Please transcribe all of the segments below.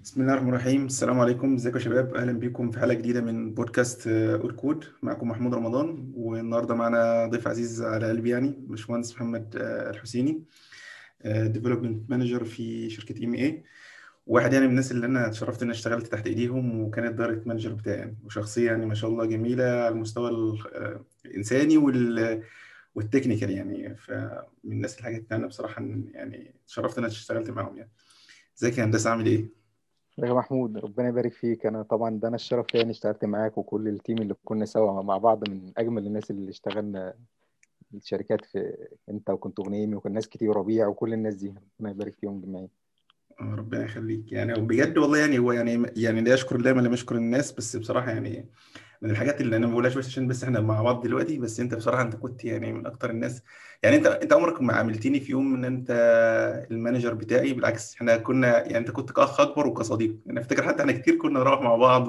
بسم الله الرحمن الرحيم. السلام عليكم، ازيكم يا شباب؟ اهلا بكم في حلقه جديده من بودكاست اول كود. معكم محمود رمضان، والنهارده معنا ضيف عزيز على قلبي، يعني باشمهندس محمد الحسيني، ديفلوبمنت مانجر في شركه ام اي. واحد يعني من الناس اللي انا اتشرفت ان أنا اشتغلت تحت ايديهم، وكانت دايركت مانجر بتاعي يعني، وشخصيه يعني ما شاء الله جميله على المستوى الانساني والتكنيكال يعني. فمن الناس اللي حاجات انا بصراحه يعني اتشرفت ان انا اشتغلت معاهم يعني. ازيك يا هندسه، عامل ايه؟ يا محمود، ربنا يبارك فيك. انا طبعا ده انا الشرف ليا اني اشتغلت معاك وكل التيم اللي كنا سوا مع بعض، من اجمل الناس اللي اشتغلنا في الشركات. في انت وكنت غنيمي وكان ناس كتير، ربيع وكل الناس دي، ربنا يبارك فيهم جميعا. ربنا يخليك يعني. بجد والله يعني، هو يعني لا يشكر الله من لم يشكر الناس. بس بصراحه يعني من الحاجات اللي انا ما بقولهاش بس عشان بس احنا مع بعض دلوقتي. بس انت بصراحه انت كنت يعني من اكتر الناس. يعني انت عمرك ما عاملتني في يوم ان انت المانجر بتاعي. بالعكس، احنا كنا يعني انت كنت كاخ اكبر وكصديق. انا افتكر حتى احنا كتير كنا نروح مع بعض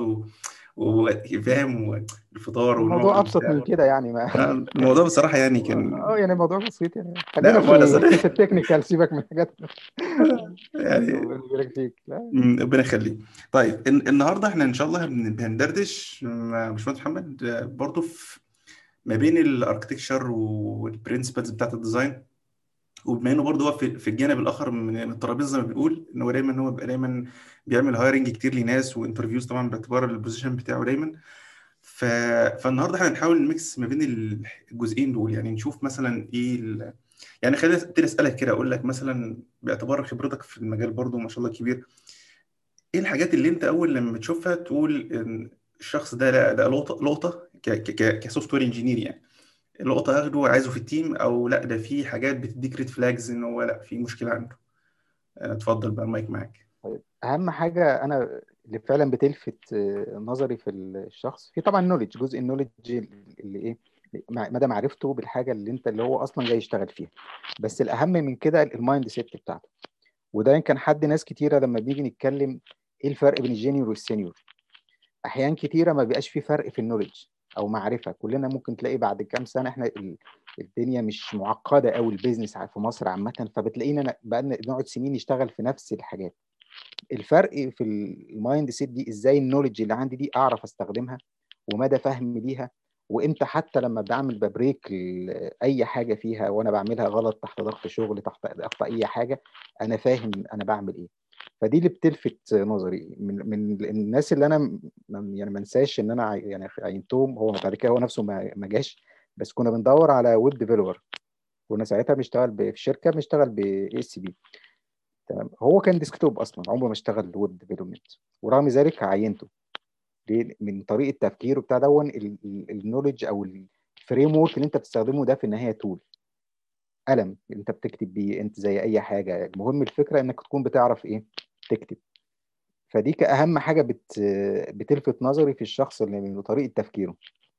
وفاهم، والفطار ونقعد الموضوع ابسط من وبتاع. كده يعني ما الموضوع بصراحه يعني كان. يعني الموضوع بسيط يعني. لا خلينا ما انا في التكنيكال، سيبك من حاجات. يعني ربنا يبارك فيك. لا. ربنا يخليك. طيب النهارده احنا ان شاء الله هندردش مع باشمهندس محمد، برضو في ما بين الاركتكشر والبرنسبلز بتاعت الديزاين. وبما انه برضو هو في الجانب الاخر من الترابيزه، زي ما بنقول ان هو دايما هو بيبقى دايما بيعمل هايرنج كتير لناس وانترفيوز، طبعا باعتبار البوزيشن بتاعه دايما. ف... فالنهارده احنا هنحاول نميكس ما بين الجزئين دول، يعني نشوف مثلا ايه يعني خليني ابتدي اسالك كده، اقول لك مثلا باعتبار خبرتك في المجال برضو ما شاء الله كبير. ايه الحاجات اللي انت اول لما بتشوفها تقول ان الشخص ده، لا ده لقطه كسوفت وير انجينير يعني، لقطه اخده عايزه في التيم، او لا ده في حاجات بتديك ريد فلاجز ان هو لا في مشكله عنده. اتفضل بقى، المايك معاك. طيب، اهم حاجه انا اللي فعلا بتلفت نظري في الشخص، في طبعا نوليدج، جزء النوليدج اللي ايه، مدى معرفته بالحاجه اللي انت اللي هو اصلا جاي يشتغل فيها. بس الاهم من كده المايند سيت بتاعته. وده يمكن حد ناس كتيره لما بيجي نتكلم ايه الفرق بين الجينيور والسينيور، احيان كتيره ما بيبقاش في فرق في النوليدج او معرفه. كلنا ممكن تلاقي بعد كام سنه احنا الدنيا مش معقده قوي، البيزنس في مصر عامه، فبتلاقينا بقى نقعد سنين نشتغل في نفس الحاجات. الفرق في المايند سيت دي، ازاي النولج اللي عندي دي اعرف استخدمها، ومدى فهمي ليها، وامتى حتى لما بعمل ببريك اي حاجه فيها وانا بعملها غلط تحت ضغط شغل، تحت ضغط اي حاجه، انا فاهم انا بعمل ايه. فدي اللي بتلفت نظري من الناس اللي انا يعني ما انساش ان انا يعني عينتهم. هو بعد كده هو نفسه ما جاش، بس كنا بندور على ويب ديفلوبر. كنا ساعتها بنشتغل في شركه بنشتغل باي اس بي. تمام، هو كان ديسكتوب اصلا، عمره ما اشتغل ويب ديفلوبمنت، ورغم ذلك عينته. ليه؟ من طريقه تفكيره بتاع دون النولج او الفريم ورك اللي انت بتستخدمه ده في النهايه تول، قلم انت بتكتب بيه انت زي اي حاجه. المهم الفكره انك تكون بتعرف ايه تكتب. فدي كأهم حاجه بتلفت نظري في الشخص اللي من طريقه تفكيره.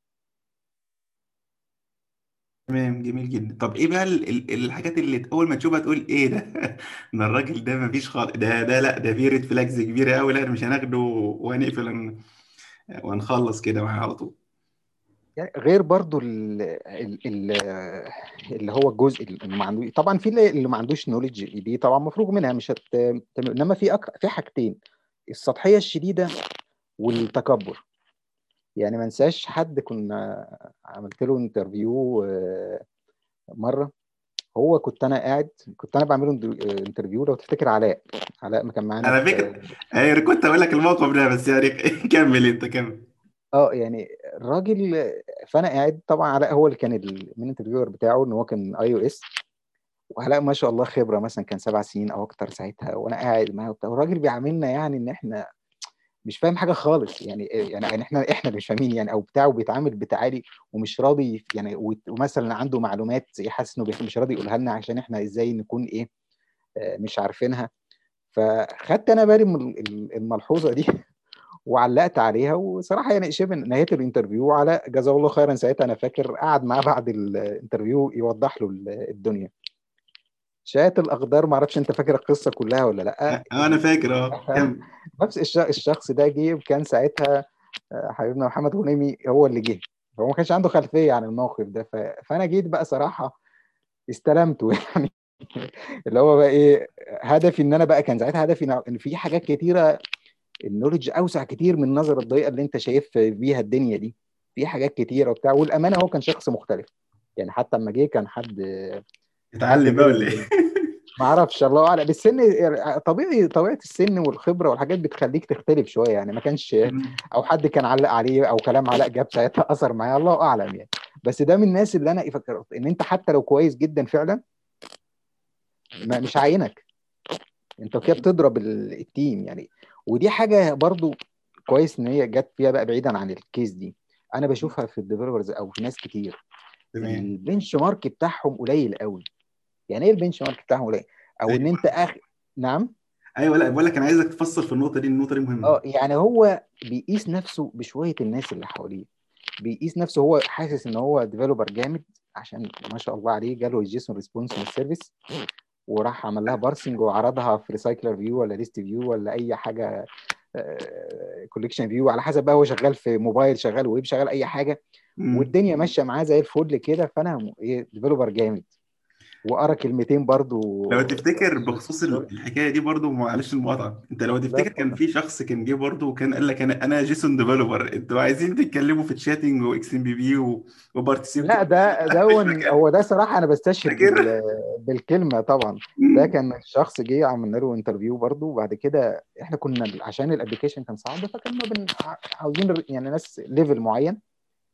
تمام، جميل جدا. طب ايه بقى الحاجات اللي اول ما تشوفها تقول ايه ده؟ ده الراجل ده مفيش خالص، ده لا ده في ريد فلاجز كبيره قوي، لا مش هناخده وهنقفل وهنخلص كده معاه على طول. يعني غير برضو اللي هو الجزء اللي ما عندوش، طبعا في اللي ما عندوش نوليدج دي طبعا مفروغ منها، مش انما في حاجتين: السطحيه الشديده والتكبر. يعني ما انساش حد كنا عملت له انترفيو مره. هو كنت انا بعمله انترفيو، لو تفتكر علاء ما كان معانا على في. فكره انا كنت اقول لك الموقف ده، بس يعني كمل انت كمل. يعني الراجل، فانا قاعد طبعا. علاء هو اللي كان المين انترفيور بتاعه، ان هو كان اي او اس. وعلاء ما شاء الله خبره، مثلا كان 7 سنين او اكتر ساعتها، وانا قاعد معاه وبتاع، والراجل بيعاملنا يعني ان احنا مش فاهم حاجه خالص. يعني احنا اللي مش فاهمين يعني، او بتاعه بيتعامل بتعالي ومش راضي يعني، ومثلا عنده معلومات حاسس انه مش راضي يقولها لنا عشان احنا ازاي نكون ايه، مش عارفينها. فخدت انا بالي من الملحوظه دي وعلقت عليها. وصراحه يعني شبه نهايه الانترفيو، على جزاه الله خيرا ساعتها انا فاكر قعد معاه بعد الانترفيو يوضح له الدنيا. شاءت الاقدار، ما اعرفش انت فاكر القصه كلها ولا لا. انا فاكر، كمل. نفس الشخص ده جه، وكان ساعتها حبيبنا محمد غنيمي هو اللي جه. فهو ما كانش عنده خلفيه عن الموقف ده. فانا جيت بقى صراحه استلمته يعني. اللي هو بقى ايه هدفي، ان انا بقى كان ساعتها هدفي ان في حاجات كتيره النولج اوسع كتير من النظره الضيقه اللي انت شايف بيها الدنيا دي. في حاجات كتيره وبتاع، والامانه هو كان شخص مختلف. يعني حتى لما جه كان حد اتعلم بقى ولا ايه؟ ليفل، ما اعرفش الله اعلم بالسن. طبيعي، طبيعه السن والخبره والحاجات بتخليك تختلف شويه يعني. ما كانش، مم. او حد كان علق عليه او كلام علاء جاب ساعتها اثر معايا، الله اعلم يعني. بس ده من الناس اللي انا فكرت ان انت حتى لو كويس جدا فعلا مش عاينك، انت كده بتضرب التيم يعني. ودي حاجه برضو كويس ان هي جت فيها بقى، بعيدا عن الكيس دي. انا بشوفها في الديفلوبرز او في ناس كتير، تمام. البنش مارك بتاعهم قليل قوي. يعني ايه البنش مارك بتاعهم قليل؟ او ان انت ايوه نعم. ايوه، لا بقول لك انا عايزك تفصل في النقطه دي، النقطه دي مهمه. اه يعني هو بيقيس نفسه بشويه الناس اللي حواليه. بيقيس نفسه، هو حاسس ان هو ديفلوبر جامد عشان ما شاء الله عليه جاله الجيسون ريسبونس من السيرفيس، وراح عمل لها بارسنج وعرضها في ريسايكلر فيو ولا ليست فيو ولا اي حاجه، كوليكشن فيو، على حسب بقى هو شغال في موبايل، شغال ويب، شغال اي حاجه، مم. والدنيا ماشيه معاه زي الفل كده. فانا ايه، ديفلوبر جامد، وقرا كلمتين برضو لو تفتكر بخصوص بخصوص الشغل. الحكايه دي برضو، معلش المقاطعه، انت لو لا تفتكر كان اتفضل. في شخص كان جه برضو وكان قال لك انا جيسون ديفلوبر، انتوا عايزين تتكلموا في تشاتنج واكس ام بي بي وبارتيسيبت. لا ده مش هو فاكر. ده صراحه انا بستشهد فاكر. بالكلمه طبعا. ده مم. كان شخص جه عملنا له انترفيو برضو، وبعد كده احنا كنا عشان الابلكيشن كان صعب، فكنا عاوزين يعني ناس ليفل معين.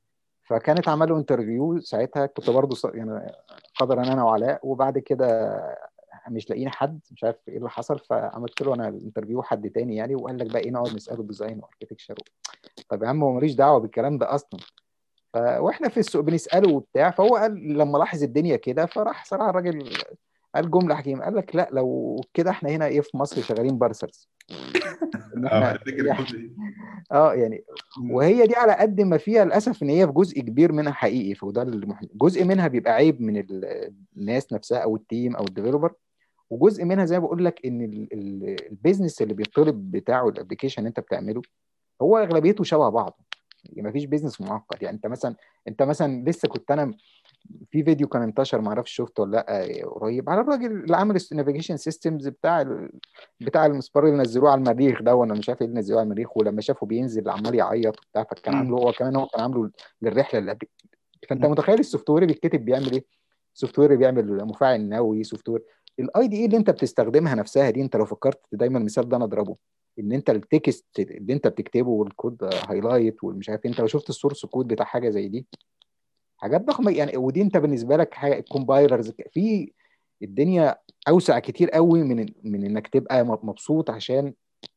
فكانت عمل له انترفيو ساعتها، كنت برضو يعني قدر انا وعلاء، وبعد كده مش لاقيين حد، مش عارف ايه اللي حصل، فعملت له انا الانترفيو حد تاني يعني، وقال لك بقى ايه، نقعد نساله ديزاين واركتكشر. طب يا عم هو ماليش دعوه بالكلام ده اصلا. واحنا في السوق بنساله وبتاع، فهو قال لما لاحظ الدنيا كده، فراح صراحه الراجل قال جمله حكيمه، قال لك لا لو كده احنا هنا ايه في مصر شغالين بارسرز. ان اه احنا انا فاكر يعني الجمله دي. اه يعني. مم. وهي دي على قد ما فيها للاسف ان هي في جزء كبير منها حقيقي، فده جزء منها بيبقى عيب من الناس نفسها او التيم او الديفيلوبر، وجزء منها زي ما بقول لك ان البيزنس اللي بيطلب بتاعه الابلكيشن اللي انت بتعمله هو اغلبيته شبه بعض. يعني مفيش بيزنس معقد. يعني انت مثلا لسه كنت انا في فيديو كان انتشر، ما اعرفش شفته ولا لا، قريب، على الراجل اللي عامل النافيجيشن سيستمز بتاع المسبار اللي نزلوه على المريخ ده، وانا مش عارف ايه اللي نزلوه على المريخ، ولما شافه بينزل عمال يعيط وبتاع، فكان عامله مم. هو كمان، هو كان عامله للرحله اللي قبل. فانت مم. متخيل السوفت وير بيتكتب بيعمل ايه؟ سوفت وير بيعمل مفاعل نووي، سوفت وير. الاي دي اي اللي انت بتستخدمها نفسها دي، انت لو فكرت دايما المثال ده انا اضربه، ان انت التكست اللي انت بتكتبه والكود هايلايت والمش عارف إيه، انت لو شفت السورس كود بتاع حاجه زي دي، حاجات ضخمه يعني. ودي انت بالنسبه لك حاجه الكومبايلرز في الدنيا اوسع كتير قوي من انك تبقى مبسوط عشان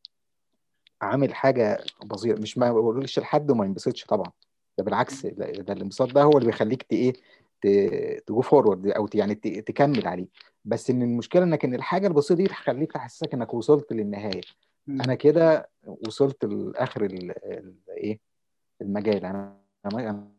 عامل حاجه بسيطه. مش ما بقولش لحد وما ينبسطش طبعا، ده بالعكس، ده الانبساط ده هو اللي بيخليك ايه، تجو فورورد او يعني تكمل عليه. بس ان المشكله انك ان الحاجه البسيطه دي تخليك تحسسك انك وصلت للنهايه. انا مم. كده وصلت لاخر ايه، المجال. انا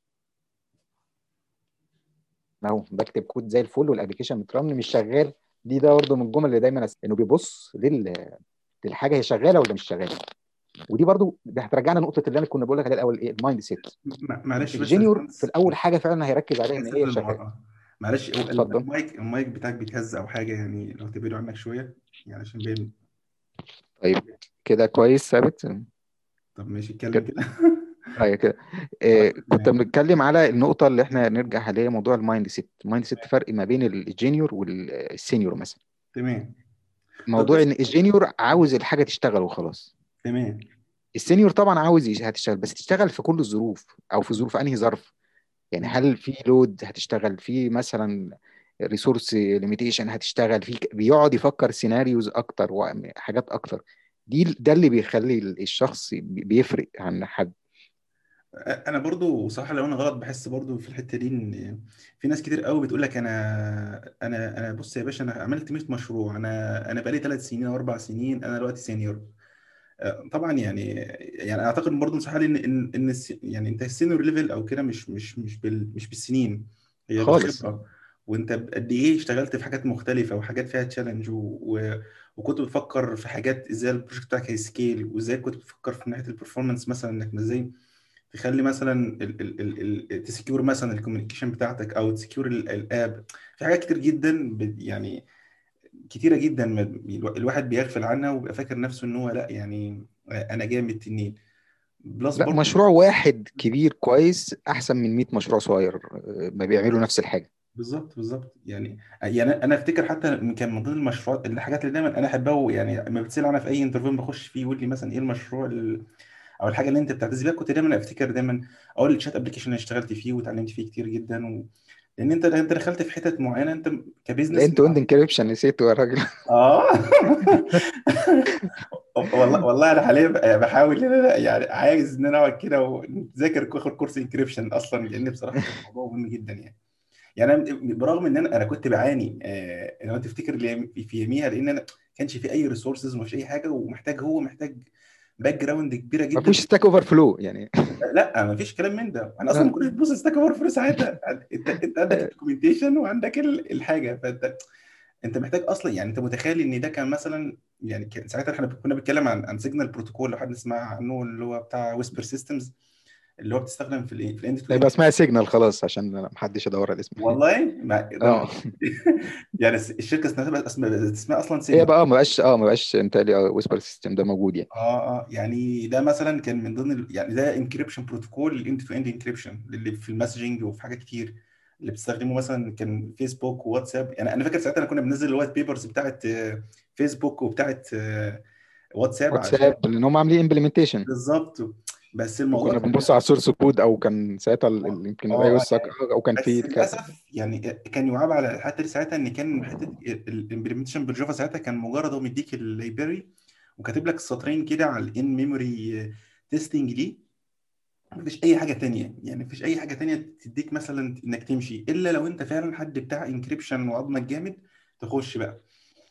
اهو بكتب كود زي الفل والابلكيشن مترن مش شغال. ده برضه من الجمل اللي دايما انه بيبص للحاجه هي شغاله ولا مش شغاله. ودي برضه هترجعنا لنقطه اللي انا كنا بقول لك عليها الاول، ايه المايند سيت. معلش بس يا الجينيور في باشمهندس، الاول حاجه فعلا هيركز عليها ان اسف هي شغاله. للمقاطعه. معلش، هو اتفضل. المايك بتاعك بيتهز او حاجه يعني، لو تبعده عنك شويه يعني عشان باين. طيب كده كويس ثابت طب ماشي اتكلم كده. كده. طيب كده. كنت تمام. بنتكلم على النقطه اللي احنا نرجع عليها، موضوع المايند سيت. المايند سيت فرق ما بين الجينيور والسينيور مثلا. تمام. طب موضوع بس. ان الجينيور عاوز الحاجه تشتغل وخلاص. تمام. السينيور طبعا عاوز هتشتغل، بس تشتغل في كل الظروف، او في ظروف انهي ظرف. يعني هل في لود هتشتغل في مثلا، ريسورس ليميتيشن هتشتغل في، بيقعد يفكر سيناريوز اكتر وحاجات اكتر. ده اللي بيخلي الشخص بيفرق عن حد. انا برضو صراحه لو انا غلط بحس برضو في الحته دي ان في ناس كتير قوي بتقول لك انا بص يا باشا، انا عملت 100 مشروع، انا بقالي 3 سنين او 4 سنين، انا دلوقتي سينيور. طبعا يعني اعتقد برضو صح ان يعني انت السينيور ليفل او كده مش بالسنين، هي خالص. بالخبره. وانت قد ايه اشتغلت في حاجات مختلفه وحاجات فيها تشالنج وكنت بتفكر في حاجات ازاي البروجكت بتاعك هيسكيل، وازاي كنت بتفكر في ناحيه البرفورمانس مثلا، انك ازاي تخلي مثلا تسكيور مثلا الكوميونيكيشن بتاعتك او تسكيور الاب. في حاجات كتير جدا يعني كتيره جدا الواحد بيغفل عنها وبيبقى فاكر نفسه ان هو لا يعني انا جاي من التنين. بلس لا، برضو. مشروع واحد كبير كويس احسن من 100 مشروع صغير ما بيعملوا نفس الحاجه. بالظبط بالظبط. يعني انا افتكر حتى كان من ضمن المشروعات الحاجات اللي دايما انا احبها، يعني لما بتسال عنها في اي انترفيو بخش فيه يقول لي مثلا ايه المشروع او الحاجه اللي انت بتعتز بيها، كنت دايما افتكر دايما اقول الشات ابلكيشن اللي اشتغلت فيه واتعلمت فيه كتير جدا لان انت دخلت في حتت معينه انت كبزنس. الانت اند انكريبشن نسيته يا راجل. اه. والله والله انا حاليا بحاول ان انا يعني عايز ان انا اقعد كده ونذاكر واخد كورس انكريبشن اصلا، لان بصراحه كان الموضوع مهم جدا يعني انا برغم ان انا كنت بعاني لو تفتكر في يوميها، لان انا ما كانش في اي ريسورسز ومش اي حاجه، هو محتاج باك جراوند كبيره ما جدا. فيهوش ستاك اوفر فلو يعني. لا ما فيش كلام من ده، انا اصلا ما كنتش ببص ستاك اوفر فلوس ساعتها. انت عندك الدوكيومنتيشن وعندك الحاجه، انت محتاج اصلا، يعني انت متخيل ان ده كان مثلا، يعني كان ساعتها احنا كنا بنتكلم عن سيجنال بروتوكول، لو حد سمع عنه، اللي هو بتاع ويسبر سيستمز، اللي هو بتستخدم في في الاند تو هيبقى اند. اسمها سيجنال خلاص عشان محدش يدور على الاسم. والله ما ده اه، يعني الشركه اسمها اصلا هي سيجنال. بقى ما بقاش انتالي ويسبر سيستم ده موجود يعني. اه يعني ده مثلا كان من ضمن يعني ده انكريبشن بروتوكول، الاند تو اند انكريبشن اللي في المسجنج وفي حاجات كتير اللي بتستخدمه، مثلا كان فيسبوك وواتساب. يعني انا فاكر ساعتها كنا بننزل الوايت بيبرز بتاعت فيسبوك وبتاعت واتساب علشان. واتساب لان هم عاملين امبلمنتيشن. بالظبط. بس الموضوع وكنا كان بنبص على السورس كود، او كان ساعتها يمكن الاي او اس، يعني او كان بس في للاسف يعني كان يعاب على الحته دي ساعتها، ان كان حته الامبلمنتيشن بالجافا ساعتها كان مجرد هو مديك اللايبرري وكاتب لك السطرين كده على الان ميموري تيستنج دي. مفيش اي حاجه تانية، يعني مفيش اي حاجه تانية تديك مثلا انك تمشي، الا لو انت فعلا حد بتاع انكريبشن وعظمك جامد تخش بقى.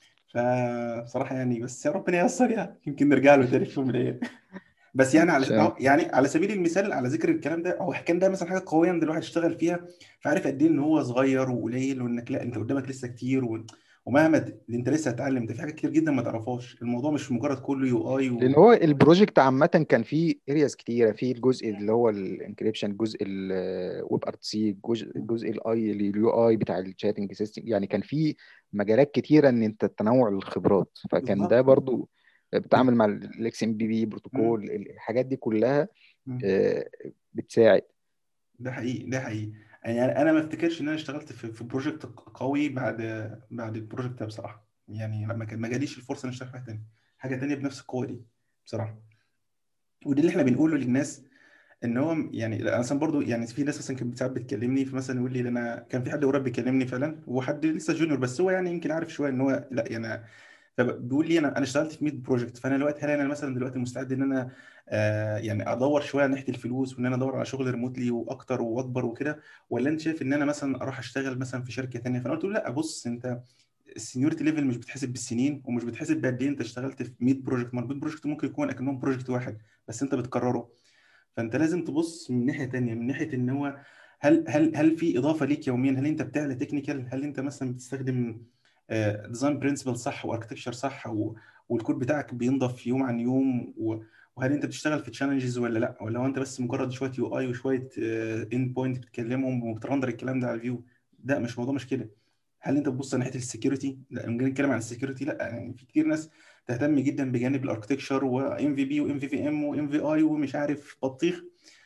فبصراحه يعني بس يا ربنا ييسر، يعني يمكن نرجع له تاني في يوم من الايام. بس يعني عشان يعني على سبيل المثال، على ذكر الكلام ده، هو كان ده مثلا حاجه قويه ان الواحد يشتغل فيها، فعارف قد ايه ان هو صغير وقليل، وانك لا انت قدامك لسه كتير ومهما انت لسه هتتعلم، ده في حاجات كتير جدا ما تعرفهاش. الموضوع مش مجرد كله يو اي لان هو البروجكت عامه كان فيه ارياز كتيره، في الجزء اللي هو الانكريبشن، جزء الويب ار سي، جزء الاي اليو اي بتاع الشاتنج سيستم، يعني كان في مجالات كتيره ان انت تنوع الخبرات، فكان ده بالظبط. برضو بتعامل مع الاكس ام بي بي بروتوكول، الحاجات دي كلها مم. آه، بتساعد. ده حقيقي ده حقيقي. يعني انا ما افتكرش ان انا اشتغلت في بروجكت قوي بعد البروجكت ده بصراحه، يعني لما كان ما جاليش الفرصه ان اشتغل في حاجه تانيه بنفس القوه دي بصراحه. ودي اللي احنا بنقوله للناس، ان هو يعني انا مثلا برضو، يعني في ناس مثلا كانت ساعات بتكلمني، فمثلا يقول لي ده انا كان في حد قريب بيكلمني فعلا، وحد لسه جونيور بس هو يعني يمكن عارف شويه ان هو لا يعني، فبيقول لي انا اشتغلت في 100 بروجكت، فانا دلوقتي هل انا مثلا دلوقتي مستعد ان انا يعني ادور شويه ناحيه الفلوس، وان انا ادور على شغل ريموتلي واكتر واكبر وكده، ولا انت شايف ان انا مثلا اروح اشتغل مثلا في شركه تانيه؟ فانا قلت له لا، بص انت السينيورتي ليفل مش بتحسب بالسنين، ومش بتحسب بقد ايه انت اشتغلت في 100 بروجكت. ما 100 بروجكت ممكن يكون اكنهم بروجكت واحد بس انت بتكرره. فانت لازم تبص من ناحيه تانيه، من ناحيه ان هو هل في اضافه ليك يوميا؟ هل انت بتعلى تكنيكال؟ هل انت مثلا بتستخدم ديزاين برنسبل صح واركتكشر صح والكود بتاعك بينضف يوم عن يوم وهل انت بتشتغل في تشالنجز ولا لا؟ ولا هو انت بس مجرد شويه يو اي وشويه اند بوينت بتكلمهم وبترندر الكلام ده على الفيو؟ ده مش موضوع، مش كده. هل انت بتبص ناحيه السكيورتي؟ لا، لما نيجي نتكلم عن السكيورتي، لا يعني في كتير ناس تهتم جدا بجانب الاركتكشر وام في بي وام في ام وام في اي ومش عارف بطيخ،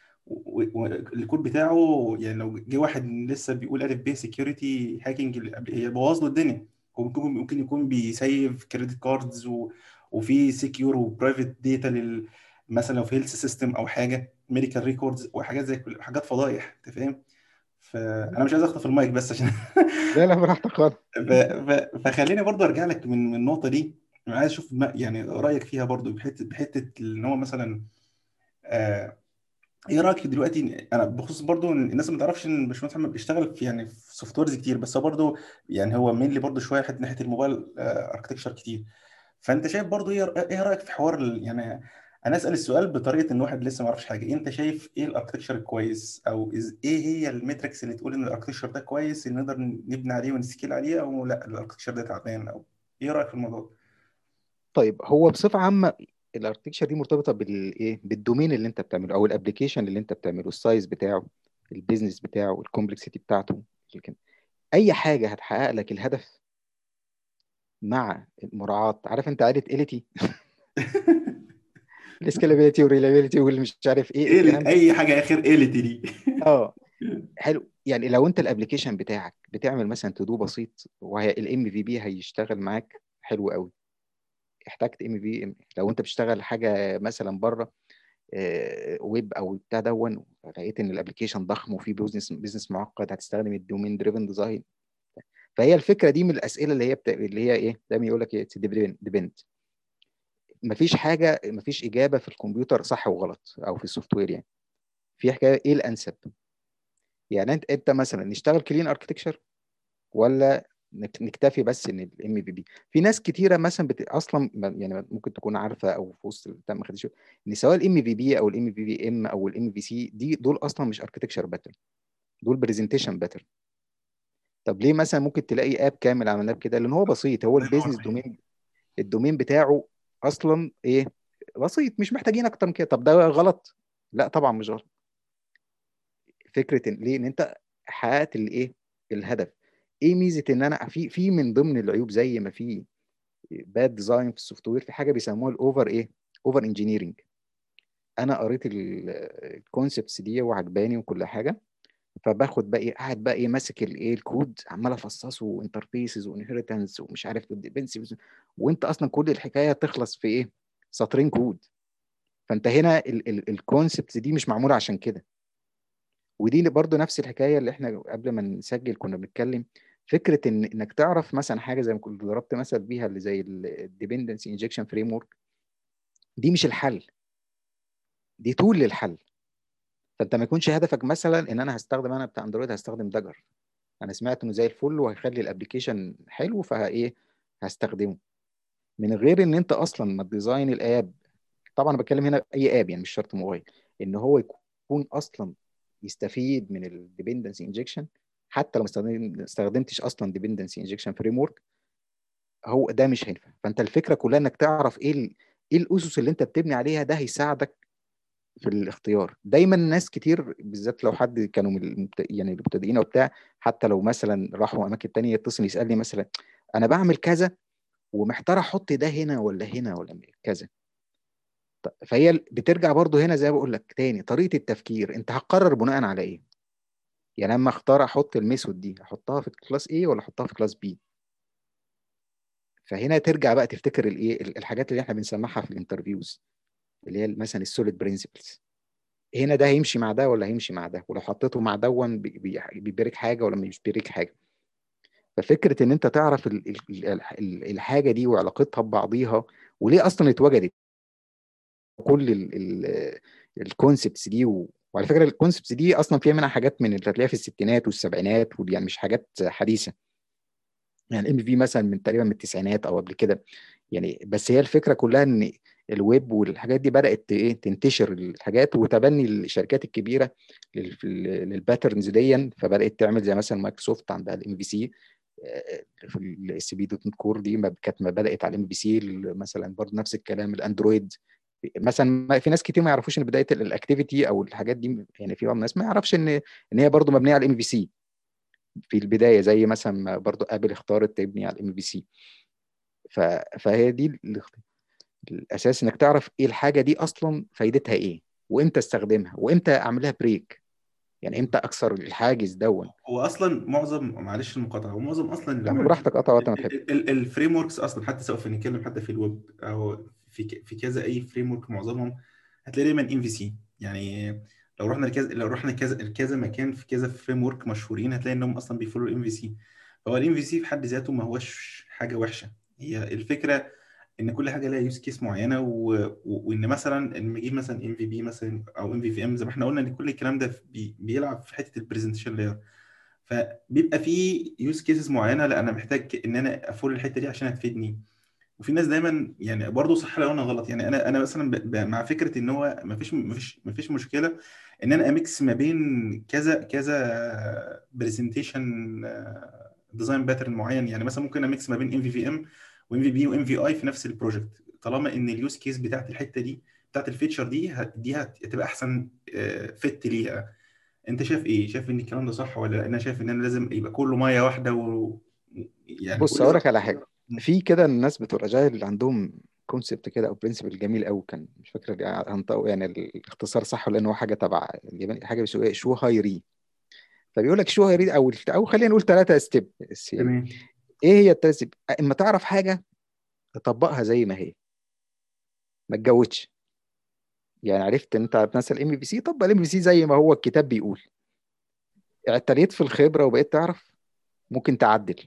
والكود بتاعه يعني لو جه واحد لسه بيقول الف ب سكيورتي هاكينج يبوظ له الدنيا. هو ممكن يكون بيسيف كريدت كاردز وفي سكيور وبرايفت داتا مثلا لو في هيلث سيستم او حاجه ميديكال ريكوردز وحاجات زي حاجات فضايح، انت فاهم. فانا مش عايز اخطف المايك بس عشان لا لا، براحتك خالص. فخليني برضو ارجع لك من النقطه دي. أنا عايز اشوف يعني رايك فيها برضو، بحته ان هو مثلا ايه رايك دلوقتي؟ انا بخصوص برضو إن الناس ما تعرفش ان باشمهندس محمد بيشتغل في يعني في سوفت ويرز كتير، بس هو برضو يعني هو مين اللي برضو شويه حته ناحيه الموبايل اركتكشر كتير. فانت شايف برضو ايه رايك في حوار يعني انا اسال السؤال بطريقه ان واحد لسه ما يعرفش حاجه، انت شايف ايه الاركتكشر الكويس، او ايه هي الميتريكس اللي تقول ان الاركتكشر ده كويس اللي نقدر نبني عليه ونسكيل عليه، او لا الاركتكشر ده تعبان؟ او ايه رايك في الموضوع طيب، هو بصفه عامه الاركتكشر دي مرتبطه بالايه، بالدومين اللي انت بتعمله، او الابلكيشن اللي انت بتعمله، السايز بتاعه، البيزنس بتاعه، الكومبلكسيتي بتاعته. لكن اي حاجه هتحقق لك الهدف مع مراعاه، عارف انت عاده اليتي، ده؟ السكيلابيلتي والريلابيلتي واللي مش عارف ايه الكلام ده. اي حاجه اخر قالت دي. اه حلو. يعني لو انت الابلكيشن بتاعك بتعمل مثلا تو دو بسيط، وهي الام في بي هيشتغل معاك حلو قوي. احتجت ام في، لو انت بتشتغل حاجه مثلا بره ويب او بتاع دون، لقيت ان الابلكيشن ضخم وفيه بيزنس معقد، هتستخدم الدومين دريفن ديزاين. فهي الفكره دي من الاسئله اللي هي اللي هي ايه، دايما يقول لك ديبند. مفيش حاجه، مفيش اجابه في الكمبيوتر صح وغلط او في السوفت وير يعني. في حكايه ايه الانسب. يعني انت مثلا نشتغل كلين اركتكشر، ولا نكتفي بس ان الام في بي. في ناس كتيره مثلا اصلا يعني ممكن تكون عارفه او في وسط البتاع ما خدتش ان سواء الام في بي او الام في في ام او الام في سي دي، دول اصلا مش اركتكشر باترن، دول برزنتيشن باترن. طب ليه مثلا ممكن تلاقي اب كامل عملناه بكده؟ لان هو بسيط، هو الله ينور البيزنس عليك. دومين، الدومين بتاعه اصلا ايه، بسيط، مش محتاجين اكتر من كده. طب ده غلط؟ لا طبعا مش غلط. فكره إن ليه، ان انت حققت الايه، الهدف. ايه ميزه ان انا في من ضمن العيوب، زي ما في باد ديزاين في السوفت وير، في حاجه بيسموها الاوفر ايه، اوفر انجينيرنج. انا قريت الكونسبتس دي وعجباني وكل حاجه، فباخد بقى ايه، قاعد بقى ايه ماسك الايه الكود، عمال افصصه وانترفيسز وانهيرتنس ومش عارف ديبنسيز، وانت اصلا كل الحكايه تخلص في ايه، سطرين كود. فانت هنا الكونسبتس دي مش معموله عشان كده. ودي اللي برضو نفس الحكايه اللي احنا قبل ما نسجل كنا بنتكلم، فكره انك تعرف مثلا حاجه زي ما كنت ضربت مثل بيها، اللي زي الديبندنسي انجكشن فريم ورك. دي مش الحل، دي تول للحل. فانت ما يكونش هدفك مثلا ان انا هستخدم، انا بتاع اندرويد هستخدم داجر، انا سمعت انه زي الفل وهيخلي الابلكيشن حلو فايه هستخدمه، من غير ان انت اصلا ما تديزاين الاب. طبعا انا بتكلم هنا اي اب يعني مش شرط موبايل، ان هو يكون اصلا يستفيد من الديبندنسي انجكشن. حتى لو ما استخدمتش اصلا ديبندنسي انجكشن فريم ورك، هو ده مش هينفع. فانت الفكره كلها انك تعرف ايه ايه الاسس اللي انت بتبني عليها، ده هيساعدك في الاختيار. دايما ناس كتير بالذات لو حد كانوا من يعني المبتدئين او بتاع، حتى لو مثلا راحوا اماكن تانية، يتصل يسالني مثلا انا بعمل كذا ومحتار احط ده هنا ولا هنا ولا كذا. فهي بترجع برضو هنا زي ما بقول لك تاني، طريقه التفكير، انت هتقرر بناء على ايه. يعني لما اختار احط الميثود دي، احطها في كلاس A ولا احطها في كلاس B. فهنا ترجع بقى تفتكر الايه، الحاجات اللي احنا بنسمعها في الانترفيوز، اللي هي مثلا السوليد برنسبلز. هنا ده هيمشي مع ده ولا هيمشي مع ده، ولو حطيته مع دون بيبريك حاجه ولا مش بيبريك حاجه. ففكره ان انت تعرف الحاجه دي وعلاقتها ببعضيها، وليه اصلا اتوجدت، كل الكونسبتس دي وعلى فكره الكونسبتس دي اصلا فيها منها حاجات من اللي هتلاقيها في الستينات والسبعينات، يعني مش حاجات حديثه. يعني الام في مثلا من تقريبا من التسعينات او قبل كده يعني. بس هي الفكره كلها ان الويب والحاجات دي بدات ايه تنتشر الحاجات، وتبني الشركات الكبيره للباترنز دي، فبدات تعمل زي مثلا مايكروسوفت عندها الام في سي، في الاس بي دوت نت كور دي ما كانت ما بدات على الام في سي. مثلا برضه نفس الكلام الاندرويد مثلا. في ناس كتير ما يعرفوش ان بدايه الاكتيفيتي او الحاجات دي، يعني في بعض الناس ما يعرفش ان هي برضه مبنيه على الام في سي في البدايه، زي مثلا برضه ابل اختارت تبني على الام في سي. فهي دي الاساس، انك تعرف ايه الحاجه دي اصلا فايدتها ايه، وامتى استخدمها وامتى اعملها بريك، يعني امتى اكسر الحاجز دون. هو اصلا معظم، معلش المقاطعه، هو معظم اصلا لا براحتك، قطع وقت ما تحب. الفريم وركس اصلا، حتى سواء في نتكلم حتى في الويب او في كذا اي فريم ورك، معظمهم هتلاقي دايما ام في سي يعني. لو رحنا كذا مكان في كذا فريم ورك مشهورين، هتلاقي انهم اصلا بيفولوا الام في سي. فهو الام في سي في حد ذاته ما هوش حاجه وحشه. هي الفكره ان كل حاجه لها يوز كيس معينه، وان مثلا لما نجيب مثلا ام في بي مثلا او ام في في ام، زي ما احنا قلنا ان كل الكلام ده بيلعب في حته البرزنتيشن لاير. فبيبقى في يوز كيسز معينه، لا انا محتاج ان انا افول الحته دي عشان هتفيدني. وفي ناس دايما يعني برضه صح لو انا غلط، يعني انا مثلا مع فكره ان هو ما فيش مشكله ان انا اميكس ما بين كذا كذا برزنتيشن ديزاين باترن معين. يعني مثلا ممكن اميكس ما بين ام في في ام وام في بي وام في اي في نفس البروجكت، طالما ان اليوز كيس بتاعت الحته دي، بتاعت الفيتشر دي دي هتبقى احسن فت ليها. انت شايف ايه؟ شايف ان الكلام ده صح ولا لا؟ انا شايف ان انا لازم يبقى كله ميه واحده يعني بص كل اقول ده. لك على حاجه، في كده الناس بتوع اجايل اللي عندهم كونسبت كده او برنسبل جميل قوي، كان مش فاكر هنطقه يعني الاختصار صح، لان هو حاجه تبع اليابان، حاجه بيسموها شو هايري. فبيقول لك شو هايري او خلينا نقول ثلاثه ستيب يعني. تمام. ايه هي الثلاث ستيب؟ اما تعرف حاجه تطبقها زي ما هي، ما تجودش. يعني عرفت انت مثلا ام في سي، طبق الام في سي زي ما هو الكتاب بيقول. اعتنيت في الخبره وبقيت تعرف، ممكن تعدل.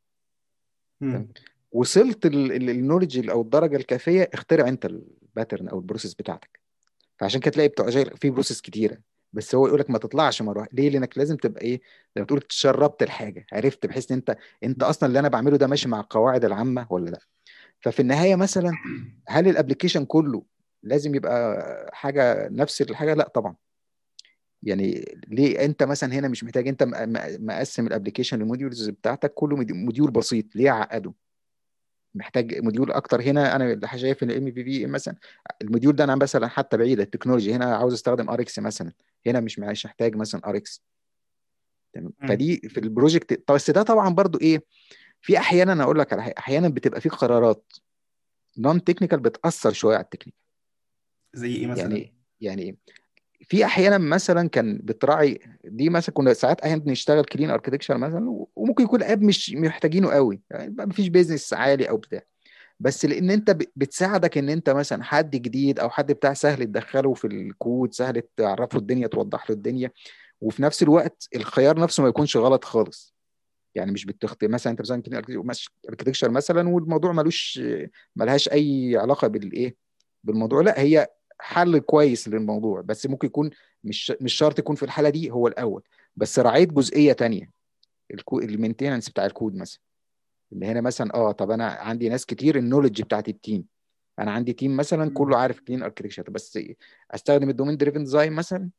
تمام. مم. وصلت النولج او الدرجه الكافيه، اخترع انت الباترن او البروسيس بتاعتك. فعشان كده تلاقي بتوع اجايل في بروسيس كتيره، بس هو يقول لك ما تطلعش مره واحدة. ليه؟ لانك لازم تبقى ايه، زي ما تقول تشربت الحاجه، عرفت بحيث ان انت اصلا اللي انا بعمله ده ماشي مع القواعد العامه ولا لا. ففي النهايه مثلا، هل الابلكيشن كله لازم يبقى حاجه نفس الحاجه؟ لا طبعا. يعني ليه انت مثلا هنا مش محتاج، انت مقسم الابلكيشن لموديولز بتاعتك كله موديول بسيط، ليه عقده؟ محتاج موديول اكتر. هنا انا اللي شايف ان الام في في مثلا الموديول ده، انا مثلا حتى بعيد التكنولوجي هنا عاوز استخدم ار اكس مثلا، هنا مش محتاج مثلا ار اكس. تمام. مم. فدي في البروجكت. طب بس ده طبعا برضو ايه، في احيانا انا اقول لك على حاجه، احيانا بتبقى في قرارات نون تكنيكال بتاثر شويه على التكنيك. زي ايه مثلا؟ يعني ايه، في احيانا مثلا كان بتراعي دي، مثلا كنا ساعات احيانا بنشتغل كلين اركتكشر مثلا، وممكن يكون اب مش محتاجينه قوي، يعني ما فيش بيزنس عالي او بتاع، بس لان انت بتساعدك ان انت مثلا حد جديد او حد بتاع سهل تدخله في الكود، سهل تعرفه الدنيا، توضح له الدنيا، وفي نفس الوقت الخيار نفسه ما يكونش غلط خالص. يعني مش مثلا انت مثلا اركتكشر مثلا، والموضوع ملهاش اي علاقه بالايه، بالموضوع. لا، هي حل كويس للموضوع، بس ممكن يكون مش شرط يكون في الحاله دي هو الاول. بس راعيت جزئيه تانية، المينتيننس بتاع الكود مثلا، اللي هنا مثلا طب انا عندي ناس كتير، النولج بتاعت التيم، انا عندي تيم مثلا كله مم. عارف كلين اركتكشر، بس استخدم الدومين دريفن ديزاين مثلا،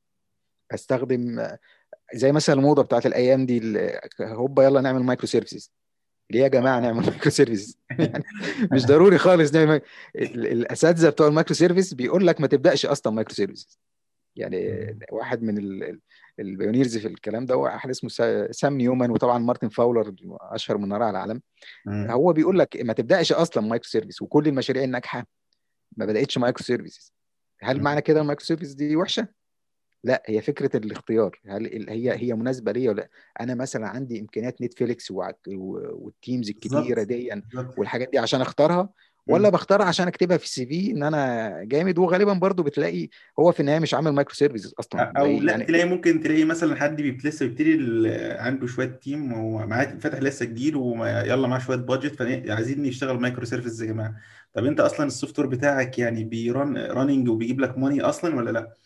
استخدم زي مثلا الموضه بتاعت الايام دي هوبا يلا نعمل مايكرو سيرفيسز. ليه يا جماعه اه. نعمل مايكرو سيرفيسز؟ يعني مش ضروري خالص نعمل. الاساتذه بتوع المايكرو سيرفيس بيقول لك ما تبداش اصلا مايكرو سيرفيسز. يعني واحد من البيونيرز في الكلام ده، واحد اسمه سام نيومان، وطبعا مارتن فاولر اشهر من نار على العالم. مم. هو بيقول لك ما تبداش اصلا مايكرو سيرفيس، وكل المشاريع الناجحه ما بداتش مايكرو سيرفيسز. هل معنى كده المايكرو سيرفيس دي وحشه؟ لا، هي فكره الاختيار، هل هي مناسبه ليا ولا لا. انا مثلا عندي امكانيات نتفليكس والتيمز الكبيره بالظبط. دي بالظبط. والحاجات دي عشان اختارها، ولا مم. بختارها عشان اكتبها في السي في ان انا جامد؟ وغالبا برضو بتلاقي هو في النهايه مش عامل مايكرو سيرفيسز اصلا او زي لا، يعني. تلاقي ممكن تلاقي مثلا حد لسه بيبتدي عنده شويه تيم، ومعاه فتح لسه جديد، ويلا معاه شويه بادجت، فعايزين يشتغل مايكرو سيرفيس يا جماعه. طب انت اصلا السوفت وير بتاعك يعني راننج وبيجيب لك موني اصلا ولا لا؟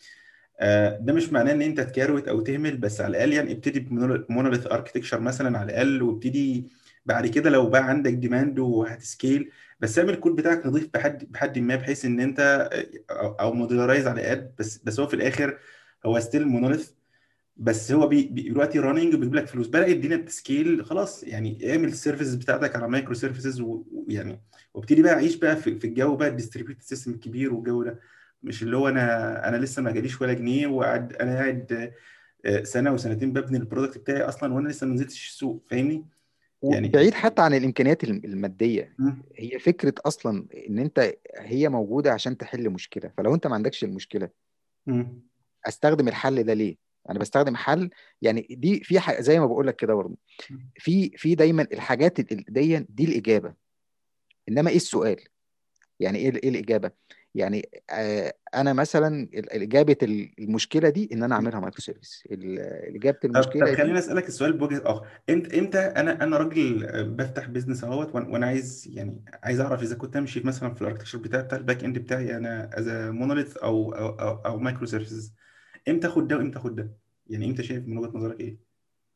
ده مش معناه ان انت تكروت او تهمل، بس على الاقل يعني ابتدي بمونوليث اركتكشر مثلا على الاقل، وابتدي بعد كده لو بقى عندك ديماند وهتسكيل، بس اعمل الكود بتاعك نظيف بحد ما، بحيث ان انت او موديلارايز على قد، بس هو في الاخر هو ستيل مونوليث. بس هو دلوقتي راننج وبيجيب لك فلوس، بدأ الدنيا بتسكيل خلاص، يعني اعمل السيرفيسز بتاعتك على مايكرو سيرفيسز، ويعني وابتدي بقى عيش بقى في الجو بقى الديستريبيوتد سيستم الكبير والجو ده. مش اللي هو انا لسه ما جاليش ولا جنيه، وقاعد انا قاعد سنه وسنتين ببني البرودكت بتاعي اصلا، وانا لسه ما نزلتش السوق، فاهمني يعني. وبعيد حتى عن الامكانيات الماديه، مم. هي فكره اصلا ان انت هي موجوده عشان تحل مشكله. فلو انت ما عندكش المشكله، مم. استخدم الحل ده ليه؟ انا بستخدم حل. يعني دي في زي ما بقول لك كده برضه، في دايما الحاجات دي الاجابه، انما ايه السؤال؟ يعني ايه الاجابه؟ يعني انا مثلا اجابه المشكله دي ان انا اعملها مايكرو سيرفيس، اجابه طب المشكله دي. خليني اسالك السؤال بوجهه اخر. امتى انا راجل بفتح بيزنس اهوت، وانا عايز يعني عايز اعرف اذا كنت امشي مثلا في الاركتشر بتاع الباك اند بتاعي انا از مونوليث او مايكرو سيرفيسز. امتى اخد ده وامتى اخد ده؟ يعني انت شايف من وجهه نظرك ايه؟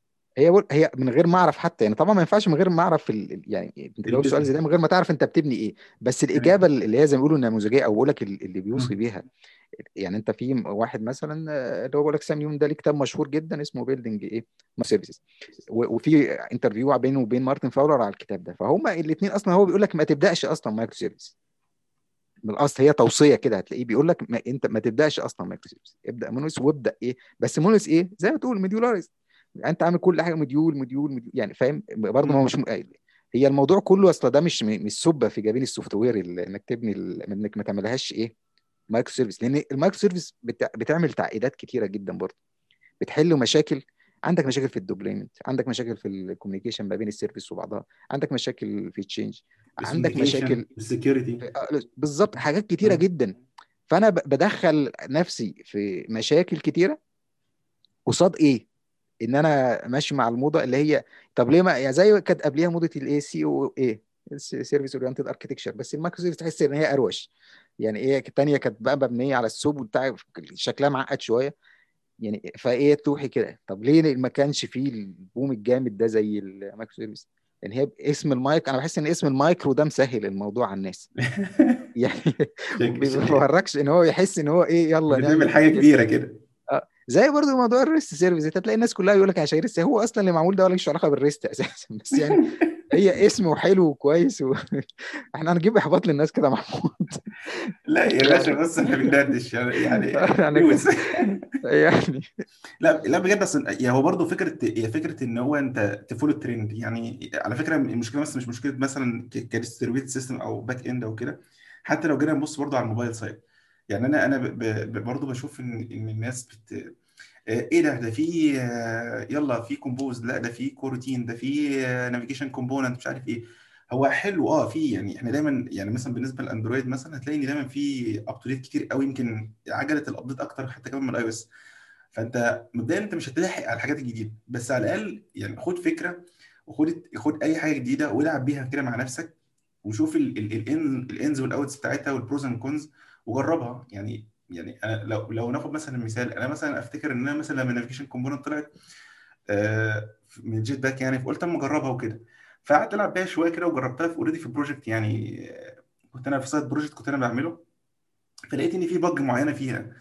هي من غير ما اعرف حتى، يعني طبعا ما ينفعش من غير ما اعرف يعني انت جاوب سؤال زي البيزنس. ده من غير ما تعرف انت بتبني ايه. بس الاجابه تمام. اللي هي زي ما بيقولوا النموذجيه، او بقول لك اللي بيوصي مم. بيها. يعني انت في واحد مثلا اللي هو بقول لك سام نيوم ده، ليه كتاب مشهور جدا اسمه بيلدينج ايه ما سيرفيسز، وفي انترفيو بينه وبين مارتن فاولر على الكتاب ده، فهم الاثنين اصلا هو بيقول لك ما تبداش اصلا مايكرو سيرفيس من الاصل. هي توصيه كده هتلاقيه بيقول لك انت ما تبداش اصلا مايكرو سيرفيس، ابدا مونوس وابدا ايه. بس مونوس ايه زي ما تقول مديولارايز، يعني انت عامل كل حاجه مديول مديول مديول، يعني فاهم برضه ما هو مم. مش هي الموضوع كله اصلا ده مش سبه في جبين السوفت وير انك تبني انك ما تعملهاش ايه مايكرو سيرفيس، لان المايكرو سيرفيس بتعمل تعقيدات كتيره جدا برضه، بتحل مشاكل. عندك مشاكل في الدوبليمنت، عندك مشاكل في الكوميونيكيشن ما بين السيرفيس وبعضها، عندك مشاكل في التشينج، عندك السيجنيفيكيشن مشاكل السكيورتي. بالظبط، حاجات كتيره جدا. فانا بدخل نفسي في مشاكل كتيره قصاد ايه؟ ان انا ماشي مع الموضه اللي هي، طب ليه ما يعني زي كانت قبليها موضه الاي سي او اي، سيرفيس اورينتد اركتكتشر، بس المايكرو سيرفيس تحس ان هي اروش. يعني ايه الثانيه كانت بقى مبنيه على السوب بتاع، شكلها معقد شويه يعني. فايه توحي كده، طب ليه ما كانش فيه البوم الجامد ده زي المايكرو سيرفيس؟ يعني هي اسم المايك، انا بحس ان اسم المايكرو ده مسهل الموضوع على الناس يعني. شك... ما شك... بيوركش ان هو يحس ان هو ايه، يلا بتعمل نعمل حاجه ايه. كبيره كده. زي برضو موضوع الريست سيرفيس، انت تلاقي الناس كلها يقول لك انا شايل ريست، هو اصلا اللي معمول ده ولا ليش علاقه بالريست اساسا بس يعني هي اسمه حلو وكويس احنا هنجيب احباط للناس كده يا محمود. لا يا باشا، بص احنا بندردش يعني يعني دوس. يعني لا لا بجد، بس يعني هو برضه فكره، هي فكره ان هو انت تفولو الترند. يعني على فكره المشكله بس مش مشكله مثلا كديستريبيوتد سيستم او باك اند او كده. حتى لو جينا نبص برضه على الموبايل سايد، يعني انا برضه بشوف ان الناس ايه ده في يلا في كومبوز، لا ده في كوروتين، ده في نافيجيشن كومبوننت مش عارف ايه. هو حلو في، يعني احنا دايما يعني مثلا بالنسبه للاندرويد مثلا هتلاقي ان دايما في ابديت كتير قوي، يمكن عجله الابديت اكتر حتى كمان من الاي او اس. فانت مبدئيا انت مش هتلحق على الحاجات الجديده، بس على الاقل يعني خد فكره، خد اي حاجه جديده والعب بيها كده مع نفسك، وشوف الانز والاوتس بتاعتها والبروز اند كونز، وجربها. يعني انا لو ناخد مثلا مثال، انا مثلا افتكر ان انا مثلا لما النافيجيشن كومبوننت طلعت من الجيت باك، يعني فقلت اما اجربها وكده. فقعدت العب بيها شويه كده وجربتها في اوريدي في بروجكت يعني. كنت انا في سايد بروجكت كنت انا بعمله، فلقيت ان في بج معينه فيها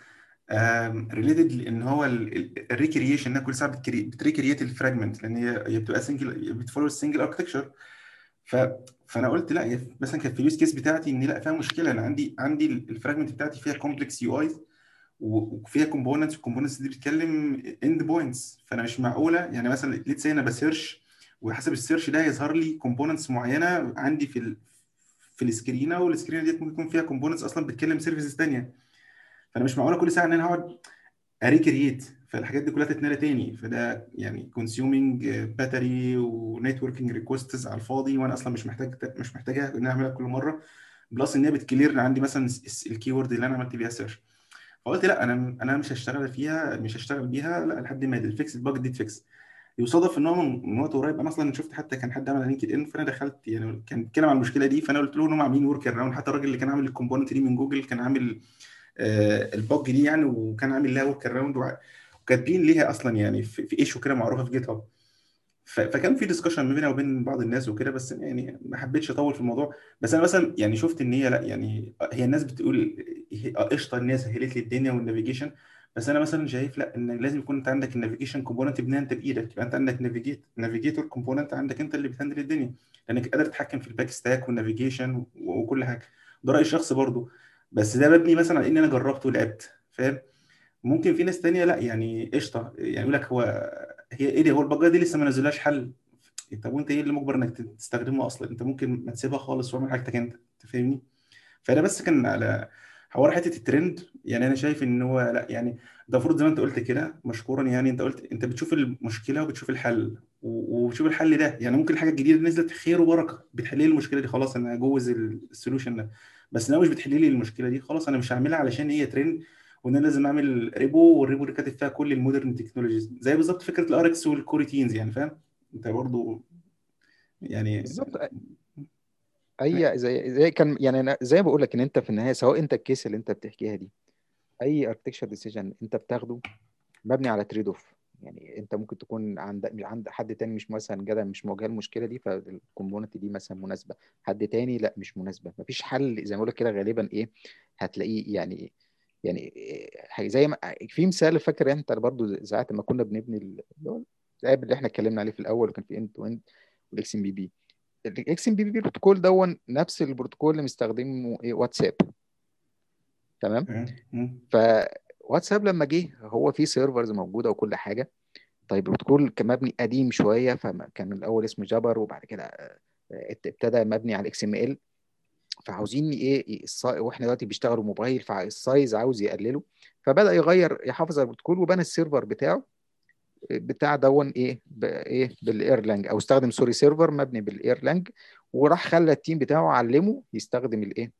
ريليتد لان هو الريكريشن، انها كل ساعه بتريكريت الفراجمنت، لان هي بتبقى سنجل، بتفولو السنجل اركتكشر. ف فانا قلت لا، مثلا كانت في اليوز كيس بتاعتي ان لا فيها مشكله، انا عندي الفراجمنت بتاعتي فيها كومبلكس يو اي، وفيها كومبوننتس، والكومبوننتس دي بتتكلم اند بوينتس. فانا مش معقوله يعني مثلا ليتس سي انا بسيرش، وحسب السيرش ده هيظهر لي كومبوننتس معينه عندي في السكرينه، والسكرينه دي ممكن يكون فيها كومبوننتس اصلا بتتكلم سيرفيسز ثانيه. فانا مش معقوله كل ساعه ان انا هقعد اريكرييت، فالحاجات دي كلها تتنقل تاني، فده يعني كونسيومينج باتري ونتوركينج ريكوستس على الفاضي، وانا اصلا مش محتاجها ان انا اعملها كل مره. بلس ان هي بتكلير عندي مثلا الكيورد اللي انا عملت بيها سيرش. فقلت لا، انا مش هشتغل بيها لا لحد ما الفيكس الباج دي تفكس. يصادف ان هو من وقت قريب انا اصلا شفت حتى كان حد عمل لينكد ان، فانا دخلت يعني كان بيتكلم عن المشكله دي، فانا قلت له ان هم عاملين ورك اراوند. حتى الراجل اللي كان عامل الكومبوننت دي من جوجل كان عامل الباج دي يعني، وكان عامل لها ورك اراوند، وكاتبين ليها اصلا يعني في ايشو كده معروفه في جيت هاب. فكان في ديسكشن ما بيننا وبين بعض الناس وكده، بس يعني ما حبيتش اطول في الموضوع. بس انا مثلا يعني شفت ان هي لا، يعني هي الناس بتقول قشطه ان هي سهلت لي الدنيا والنافيجيشن. بس انا مثلا شايف لا، ان لازم يكون انت عندك النافيجيشن كومبوننت تبنيها انت بايدك، يبقى انت عندك نافيجيتور كومبوننت عندك انت اللي بتهندل الدنيا، لانك قادر تتحكم في الباك ستاك والنافيجيشن وكل حاجه. ده رايي الشخصي برضو، بس ده مبني مثلا على ان انا جربت ولعبت، فاهم؟ ممكن في ناس تانية لا، يعني قشطه، يعني يقول لك هي ايه دي، هو البجايه دي لسه ما نزلهاش حل. طب وانت ايه اللي مجبر انك تستخدمه اصلا؟ انت ممكن ما تسيبها خالص واعمل حاجتك انت فاهمني. فانا بس كان على حوار حته الترند. يعني انا شايف ان هو لا، يعني ده المفروض زي ما انت قلت كده مشكورا، يعني انت قلت انت بتشوف المشكله وبتشوف الحل، وبتشوف الحل ده. يعني ممكن الحاجه الجديده اللي نزلت خير وبركه بتحل لي المشكله دي، خلاص انا اجوز السولوشن ده. بس لو مش بتحل لي المشكله دي، خلاص انا مش هعملها علشان هي ترند، وان انا لازم اعمل ريبو، والريبو اللي كاتب فيها كل المودرن تكنولوجيز، زي بالظبط فكره الار اكس والكوريتينز، يعني فاهم انت برضو يعني. بالظبط. اي زي كان يعني أنا زي ما بقول لك ان انت في النهايه، سواء انت الكيس اللي انت بتحكيها دي، اي اركتكشر ديسيجن انت بتاخده مبني على تريد اوف. يعني انت ممكن تكون عند حد تاني مش مثلا جدع مش مواجهه المشكله دي، فالكومبوننت دي مثلا مناسبه، حد تاني لا مش مناسبه، مفيش حل زي ما بقول لك كده غالبا ايه هتلاقيه يعني زي ما في مثال فاكر انت برضو ساعات ما كنا بنبني اللي هو الاب اللي احنا اتكلمنا عليه في الاول، وكان في اند تو اند والاكس ام بي بي. الاكس ام بي بي بروتوكول دون نفس البروتوكول اللي مستخدمه ايه واتساب. تمام. مم. فواتساب لما جه هو فيه سيرفرز موجوده وكل حاجه. طيب البروتوكول كان مبني قديم شويه، فكان الاول اسمه جابر، وبعد كده ابتدى مبني على اكس ام ال، فعاوزين ايه واحنا دلوقتي بيشتغلوا موبايل، فالسايز عاوز يقلله، فبدأ يغير يحافظ على البروتوكول، وبنى السيرفر بتاع دون ايه بالايرلانج، او استخدم سوري سيرفر مبني بالايرلانج، وراح خلى التيم بتاعه علمه يستخدم الايه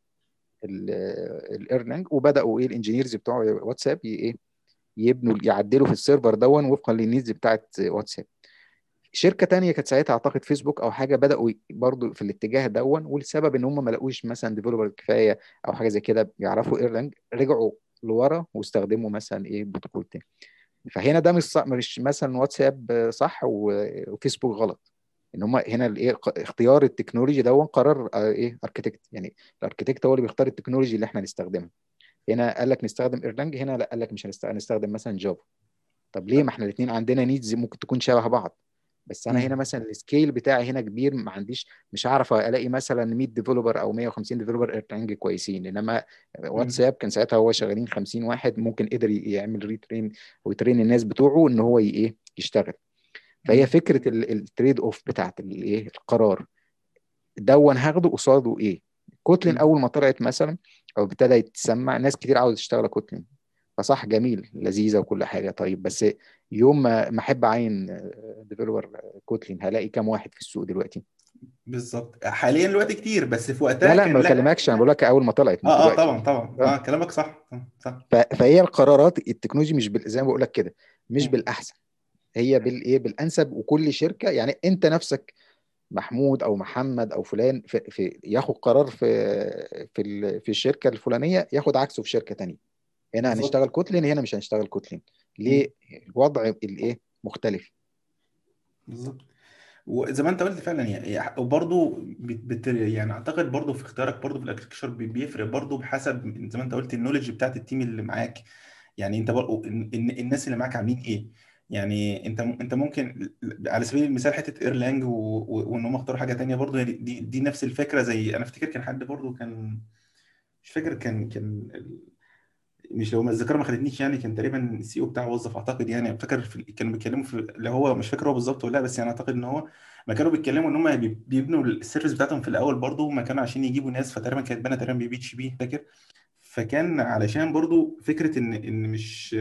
الايرلانج، وبداوا ايه الانجينيرز بتوع واتساب ايه يبنوا يعدلوا في السيرفر دون وفقا للنيدز بتاعت واتساب. شركه تانية كانت ساعتها اعتقد فيسبوك او حاجه، بداوا برضو في الاتجاه دون، والسبب ان هم ما لقوش مثلا ديفلوبر كفايه او حاجه زي كده يعرفوا ايرلانج، رجعوا لورا واستخدموا مثلا ايه بروتوكول تاني. فهنا ده مش صح، مش مثلا واتساب صح وفيسبوك غلط، ان هم هنا الايه اختيار التكنولوجي ده قرار ايه اركيتكت، يعني الاركيتكت هو اللي بيختار التكنولوجي اللي احنا نستخدمها. هنا قال لك نستخدم ايرلانج، هنا لا قال لك مش هنستخدم مثلا جافا. طب ليه؟ ما احنا الاثنين عندنا نيدز ممكن تكون شبه بعض، بس انا هنا مم. مثلا السكيل بتاعي هنا كبير، ما عنديش، مش هعرف الاقي مثلا 100 ديفلوبر او 150 ديفلوبر ايرلانج كويسين، انما مم. واتساب كان ساعتها هو شغالين 50 واحد، ممكن قدر يعمل ريترين ويترين الناس بتوعه ان هو ايه يشتغل. فهي مم. فكره التريد اوف بتاعت الايه القرار دون هاخده قصاده ايه. كوتلين مم. اول ما طلعت مثلا او ابتدى يتسمع، ناس كتير عاوزه تشتغل كوتلين، فصح جميل لذيذه وكل حاجه، طيب بس يوم ما احب اعين ديفلوبر كوتلين هلاقي كام واحد في السوق دلوقتي؟ بالظبط، حاليا الوقت كتير بس في لا وقتها لا، ما كان لا. بكلمكش، انا بقول لك اول ما طلعت مش اه دلوقتي. طبعا طبعا، اه كلامك صح صح. فهي القرارات التكنولوجي مش زي ما بقول لك كده، مش مم. بالاحسن، هي بالايه بالانسب. وكل شركه يعني انت نفسك محمود او محمد او فلان في ياخد قرار في الشركه الفلانيه، ياخد عكسه في شركه تانية. هنا هنشتغل بالظبط. كوتلين، هنا مش هنشتغل كوتلين. مم. ليه؟ الوضع الايه مختلف. بالظبط. وزي ما انت قلت فعلا وبرضه يعني اعتقد برضه في اختيارك برضه في الاركتكشر بيفرق برضه بحسب زي ما انت قلت النولج بتاعت التيم اللي معاك. يعني انت برضه الناس اللي معاك عاملين ايه. يعني انت ممكن على سبيل المثال حته ايرلانج وان هم اختاروا حاجه تانيه برضه، يعني دي نفس الفكره. زي انا افتكر كان حد برضه كان مش فاكر كان مش لو ما الذاكره ما خدتنيش، يعني كان تقريبا السي او بتاعه وظف اعتقد. يعني فاكر كانوا بيتكلموا في اللي هو مش فاكر هو بالظبط ولا لا، بس يعني اعتقد ان هو ما كانوا بيتكلموا ان هم بيبنوا السيرفيس بتاعتهم في الاول برضو ما كانوا عشان يجيبوا ناس، فتقريبا كانت بنا تقريبا بي اتش بي فاكر. فكان علشان برضو فكره ان مش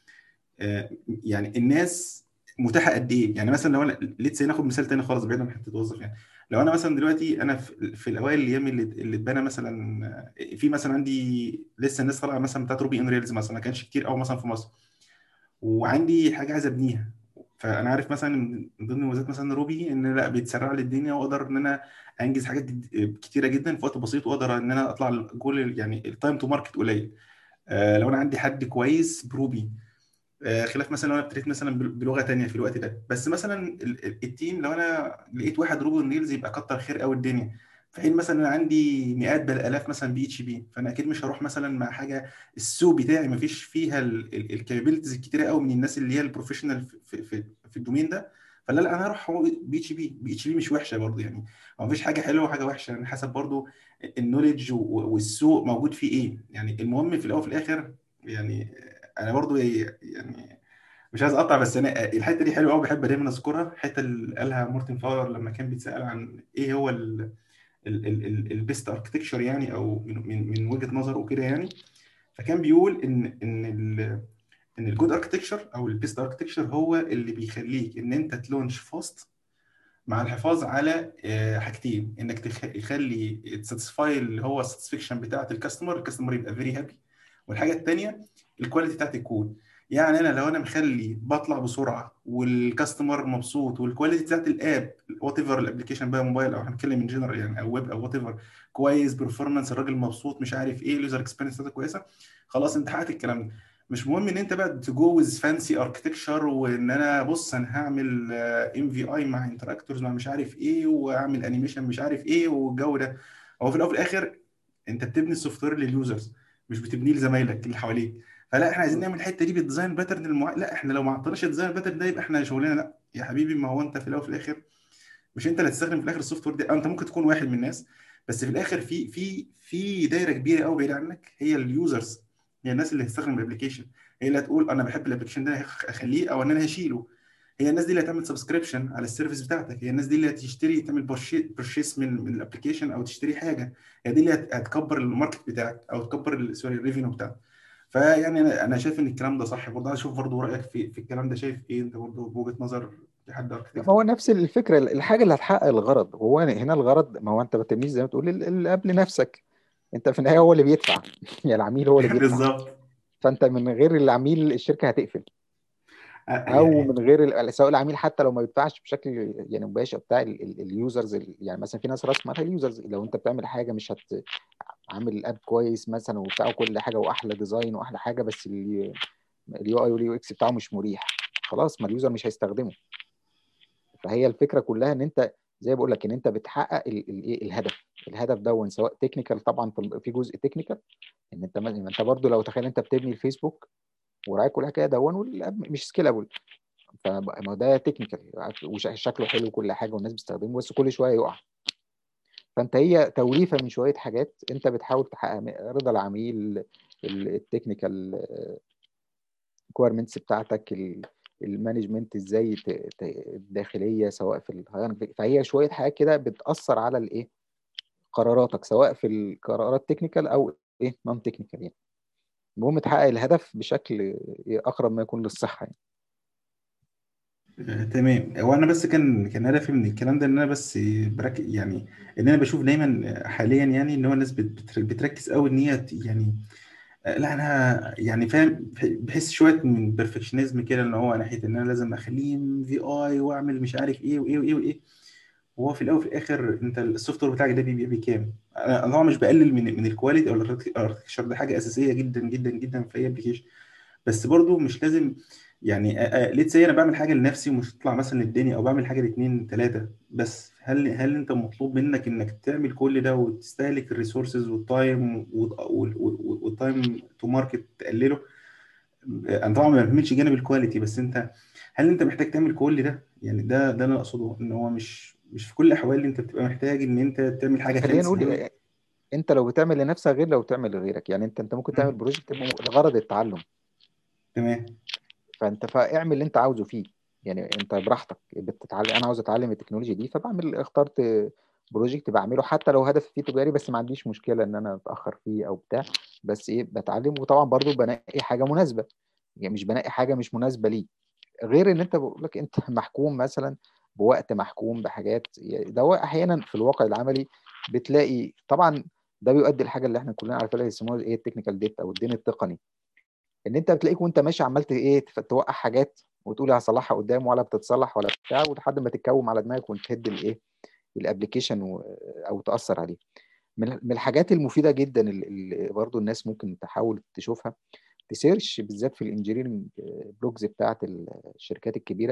يعني الناس متاحه قد ايه. يعني مثلا لو انا ليتس ناخد مثال تاني خالص بعيد عن حته توظف. يعني لو انا مثلا دلوقتي انا في الاوائل الايام اللي اتبنى مثلا في مثلا عندي لسه الناس طالعه مثلا بتاعت روبي ان ريلز مثلا ما كانش كتير قوي مثلا في مصر، وعندي حاجه عايز ابنيها. فانا عارف مثلا من ضمن مميزات مثلا روبي ان لا بيتسرع لي الدنيا، واقدر ان انا انجز حاجات كتيره جدا في وقت بسيط، واقدر ان انا اطلع الجول يعني التايم تو ماركت قليل. لو انا عندي حد كويس بروبي، خلاف مثلا لو انا ابتديت مثلا بلغه تانية في الوقت ده. بس مثلا التيم لو انا لقيت واحد روبي نيلز يبقى كتر خير قوي الدنيا. في حين مثلا انا عندي مئات بل الاف مثلا بي اتش بي، فانا اكيد مش هروح مثلا مع حاجه السوق بتاعي ما فيش فيها الكابابيلتيز الكتيره قوي من الناس اللي هي البروفيشنال في الدومين ده. فلا لا، انا هروح بي اتش بي. بي اتش بي مش وحشه برضه يعني، ما فيش حاجه حلوه وحاجه وحشه يعني، حسب برضه النولج والسوق موجود فيه ايه. يعني المهم في الاول وفي الاخر يعني انا برضو يعني مش عايز اقطع، بس انا الحته دي حلوه قوي بحب دايما اذكرها. الحته اللي قالها مورتن فاولر لما كان بيتسال عن ايه هو البيست اركتكتشر يعني، او من وجهه نظره وكده يعني. فكان بيقول ان الجود اركتكتشر او البيست اركتكتشر هو اللي بيخليك ان انت تلونش فاست مع الحفاظ على حاجتين، انك تخلي تساتسفاي اللي هو الساتسفيكشن بتاعت الكاستمر يبقى فيري هابي. والحاجه الثانيه الكواليتي بتاعت الكود. يعني انا لو انا مخلي بطلع بسرعه والكاستمر مبسوط، والكواليتي بتاعت الاب وات ايفر الابلكيشن بقى موبايل او هنتكلم من جنرال يعني او ويب او وات ايفر كويس، برفورمانس الراجل مبسوط مش عارف ايه، اليوزر اكسبيرينس بتاعته كويسه، خلاص انت حققت الكلام ده. مش مهم ان انت بقى تجوز فانسي اركتكشر، وان انا بص انا هعمل ام في اي مع انتراكتورز مع مش عارف ايه، واعمل انيميشن مش عارف ايه والجو ده. هو في الاول وفي الاخر انت بتبني السوفت وير لليوزرز، مش بتبنيه لزمايلك اللي حواليك. فلا احنا عايزين نعمل الحته دي بالديزاين باترن لا احنا لو ما عطلناش الديزاين باترن ده يبقى احنا شغلنا لا يا حبيبي. ما هو انت في الاول وفي الاخر مش انت اللي هتستخدم في الاخر السوفت وير ده. انت ممكن تكون واحد من الناس، بس في الاخر في دايره كبيره قوي بعيد عنك هي اليوزرز، هي الناس اللي هتستخدم الابلكيشن، هي اللي هتقول انا بحب الابلكيشن ده اخليه او ان انا هشيله. هي الناس دي اللي هتعمل سبسكريبشن على السيرفيس بتاعتك، هي الناس دي اللي هتشتري تعمل برشيس من الابلكيشن او تشتري حاجه، هي دي اللي هتكبر الماركت بتاعك او تكبر سوري الريفينيو بتاعك. فيعني انا شايف ان الكلام ده صح برضه. عايز اشوف برضه رايك في الكلام ده، شايف ايه انت برضه بوجهه نظر لحد ما اركتكت؟ هو نفس الفكره، الحاجه اللي هتحقق الغرض، هو هنا الغرض، ما هو انت بتميز زي ما تقول اللي قبل نفسك. انت في النهايه هو اللي بيدفع يعني العميل هو اللي بيدفع. بالظبط. فانت من غير العميل الشركه هتقفل، او من غير سواء العميل حتى لو ما بيدفعش بشكل يعني مباشر بتاع اليوزرز، يعني مثلا في ناس راس مالها اليوزرز. لو انت بتعمل حاجه مش عامل الاب كويس مثلا وبتاع كل حاجه واحلى ديزاين واحلى حاجه، بس اليو اي واليو اكس بتاعه مش مريح، خلاص ما اليوزر مش هيستخدمه. فهي الفكره كلها ان انت زي بقول لك ان انت بتحقق الهدف. الهدف ده سواء تكنيكال طبعا، في جزء تكنيكال، ان انت ما انت برضو لو تخيل انت بتبني الفيسبوك وراك كل حاجه والاب مش سكيلابل، فما ده تكنيكال وشكله حلو وكل حاجه والناس بتستخدمه، بس كل شويه يقع. فانت هي توليفه من شويه حاجات انت بتحاول تحقق رضا العميل، التكنيكال ريكويرمنتس بتاعتك، المانجمنت ازاي الداخليه سواء في فهي شويه حاجات كده بتاثر على الايه قراراتك، سواء في القرارات تكنيكال او ايه نون تكنيكال يعني. المهم تحقق الهدف بشكل اقرب ما يكون للصحه يعني. تمام. وانا بس كان هدفي من الكلام ده ان انا بس يعني ان انا بشوف دايما حاليا يعني ان هو الناس بتركز قوي ان هي يعني لا انا يعني فاهم، بحس شويه من بيرفكشنزم كده، ان هو ناحيه ان انا لازم اخليه في اي واعمل مش عارف ايه وايه وايه وايه. وهو في الاول وفي الاخر انت السوفت وير بتاعك ده بيبيع بكام؟ انا طبعا مش بقلل من الكواليتي او الاركتشر، ده حاجه اساسيه جدا جدا جدا في اي ابلكيشن. بس برضو مش لازم يعني ليتس سي انا بعمل حاجه لنفسي ومش هتطلع مثلا للدنيا، او بعمل حاجه لاثنين ثلاثه بس، هل انت مطلوب منك انك تعمل كل ده وتستهلك الريسورسز والتايم والتايم تو ماركت تقلله؟ انا طبعا ما بعملش جانب الكواليتي، بس انت هل انت محتاج تعمل كل ده؟ يعني ده اللي انا اقصده، ان هو مش في كل الاحوال انت بتبقى محتاج ان انت تعمل حاجه خلينا فانسي نقول قوي. انت لو بتعمل لنفسك غير لو بتعمل لغيرك. يعني انت ممكن تعمل بروجكت لغرض التعلم، تمام. فانت فاعمل اللي انت عاوزه فيه. يعني انت براحتك بتتعلم، انا عاوز اتعلم التكنولوجيا دي فبعمل، اخترت بروجكت بعمله حتى لو هدف فيه تجاري، بس ما عنديش مشكله ان انا اتاخر فيه او بتاع، بس ايه بتعلم. وطبعا برضو بنقي حاجه مناسبه، يعني مش بنقي حاجه مش مناسبه ليه. غير ان انت بقول لك انت محكوم مثلا بوقت، محكوم بحاجات. يعني ده هو احيانا في الواقع العملي بتلاقي طبعا ده بيؤدي الحاجه اللي احنا كلنا عارفينها يسموها ايه التكنيكال ديت او الدين التقني. ان انت بتلاقيك وانت ماشي عمال ايه توقع حاجات وتقول هصلحها قدام ولا بتتصلح ولا بتاع، ولحد ما تتكوم على دماغك وتهد الايه الابلكيشن او تاثر عليه. من الحاجات المفيده جدا اللي برضو الناس ممكن تحاول تشوفها، تسيرش بالذات في الانجينيرنج بلوجز بتاعت الشركات الكبيره،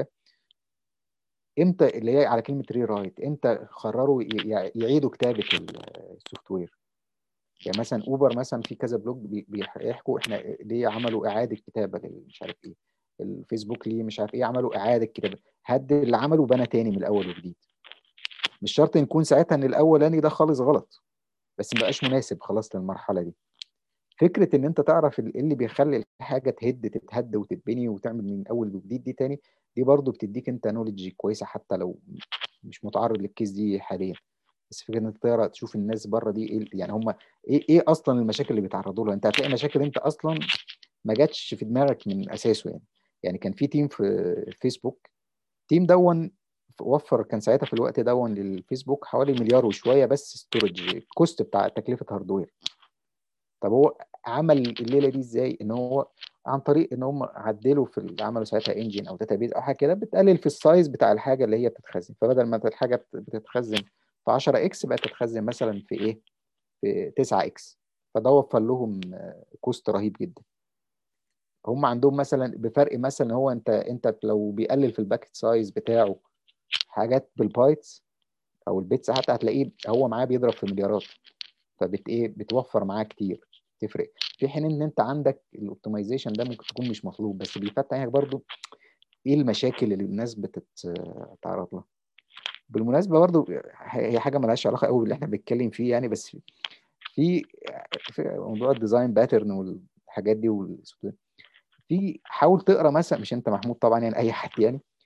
امتى اللي هي على كلمه ري رايت، امتى قرروا يعيدوا كتابه السوفت وير. يعني مثلا اوبر مثلا في كذا بلوج بيحكوا احنا ليه عملوا اعاده كتابه مش عارف ايه. الفيسبوك ليه مش عارف ايه عملوا اعاده كتابه، هد اللي عمله بنى تاني من الاول وجديد. مش شرط نكون ساعتها ان الاولاني ده خالص غلط، بس ما بقاش مناسب خلاص للمرحله دي. فكره ان انت تعرف ايه اللي بيخلي الحاجه تتهد وتتبني وتعمل من اول وجديد دي تاني، دي برضو بتديك انت نولج كويسه حتى لو مش متعرض للكيس دي حاليا. بس فكره ان انت تقرا تشوف الناس بره دي ايه، يعني هم ايه اصلا المشاكل اللي بيتعرضوا لها. انت هتلاقي مشاكل انت اصلا ما جاتش في دماغك من اساسه يعني. يعني كان في تيم في فيسبوك، تيم وفر كان ساعتها في الوقت للفيسبوك حوالي مليار وشويه بس ستورج الكوست بتاع تكلفه هاردوير. طب هو عمل الليله دي ازاي؟ ان هو عن طريق ان هم عدلوا عملوا ساعتها انجن او داتابيز او حاجه كده بتقلل في السايز بتاع الحاجه اللي هي بتتخزن. فبدل ما الحاجه بتتخزن في 10 اكس بقت تتخزن مثلا في ايه في 9 اكس. فده وفر لهم كوست رهيب جدا. هم عندهم مثلا بفرق مثلا هو انت لو بيقلل في الباكت سايز بتاعه حاجات بالبايتس او البيتس حتى هتلاقيه هو معاه بيضرب في مليارات. فبت ايه بتوفر معاه كتير، تفرق. في حين ان انت عندك الاوبتمايزيشن ده ممكن تكون مش مطلوب، بس بيفتح عينك برضو ايه المشاكل اللي الناس بتتعرض لها. بالمناسبه برضو هي حاجه ملهاش علاقه قوي باللي احنا بنتكلم فيه يعني، بس في في موضوع الديزاين باترن والحاجات دي في حاول تقرا مثلا، مش انت محمود طبعا يعني اي حد يعني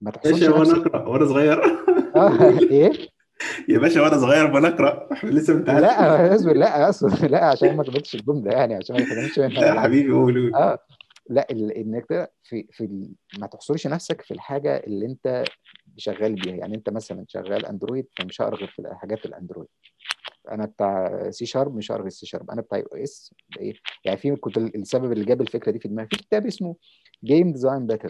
ما باشا تحصرش وانا نفسك. اقرا وانا صغير. ايه؟ يا باشا وانا صغير بنقرا، احنا لسه بنتعلم. لا اصبر، لا اصبر، لا عشان ما كملتش الجمله يعني، عشان ما يفهمش منها لا ولا حاجه. حبيبي، قول قول. اه لا، انك ما تحصرش نفسك في الحاجه اللي انت شغال بيها. يعني انت مثلا شغال اندرويد، فمش هرغب في الحاجات الاندرويد. انا بتاع سي شارب، مش هرغب سي شارب. انا بتاع او اس ايه. يعني في كنت السبب اللي جاب الفكره دي في دماغي في كتاب اسمه جيم ديزاين باترن.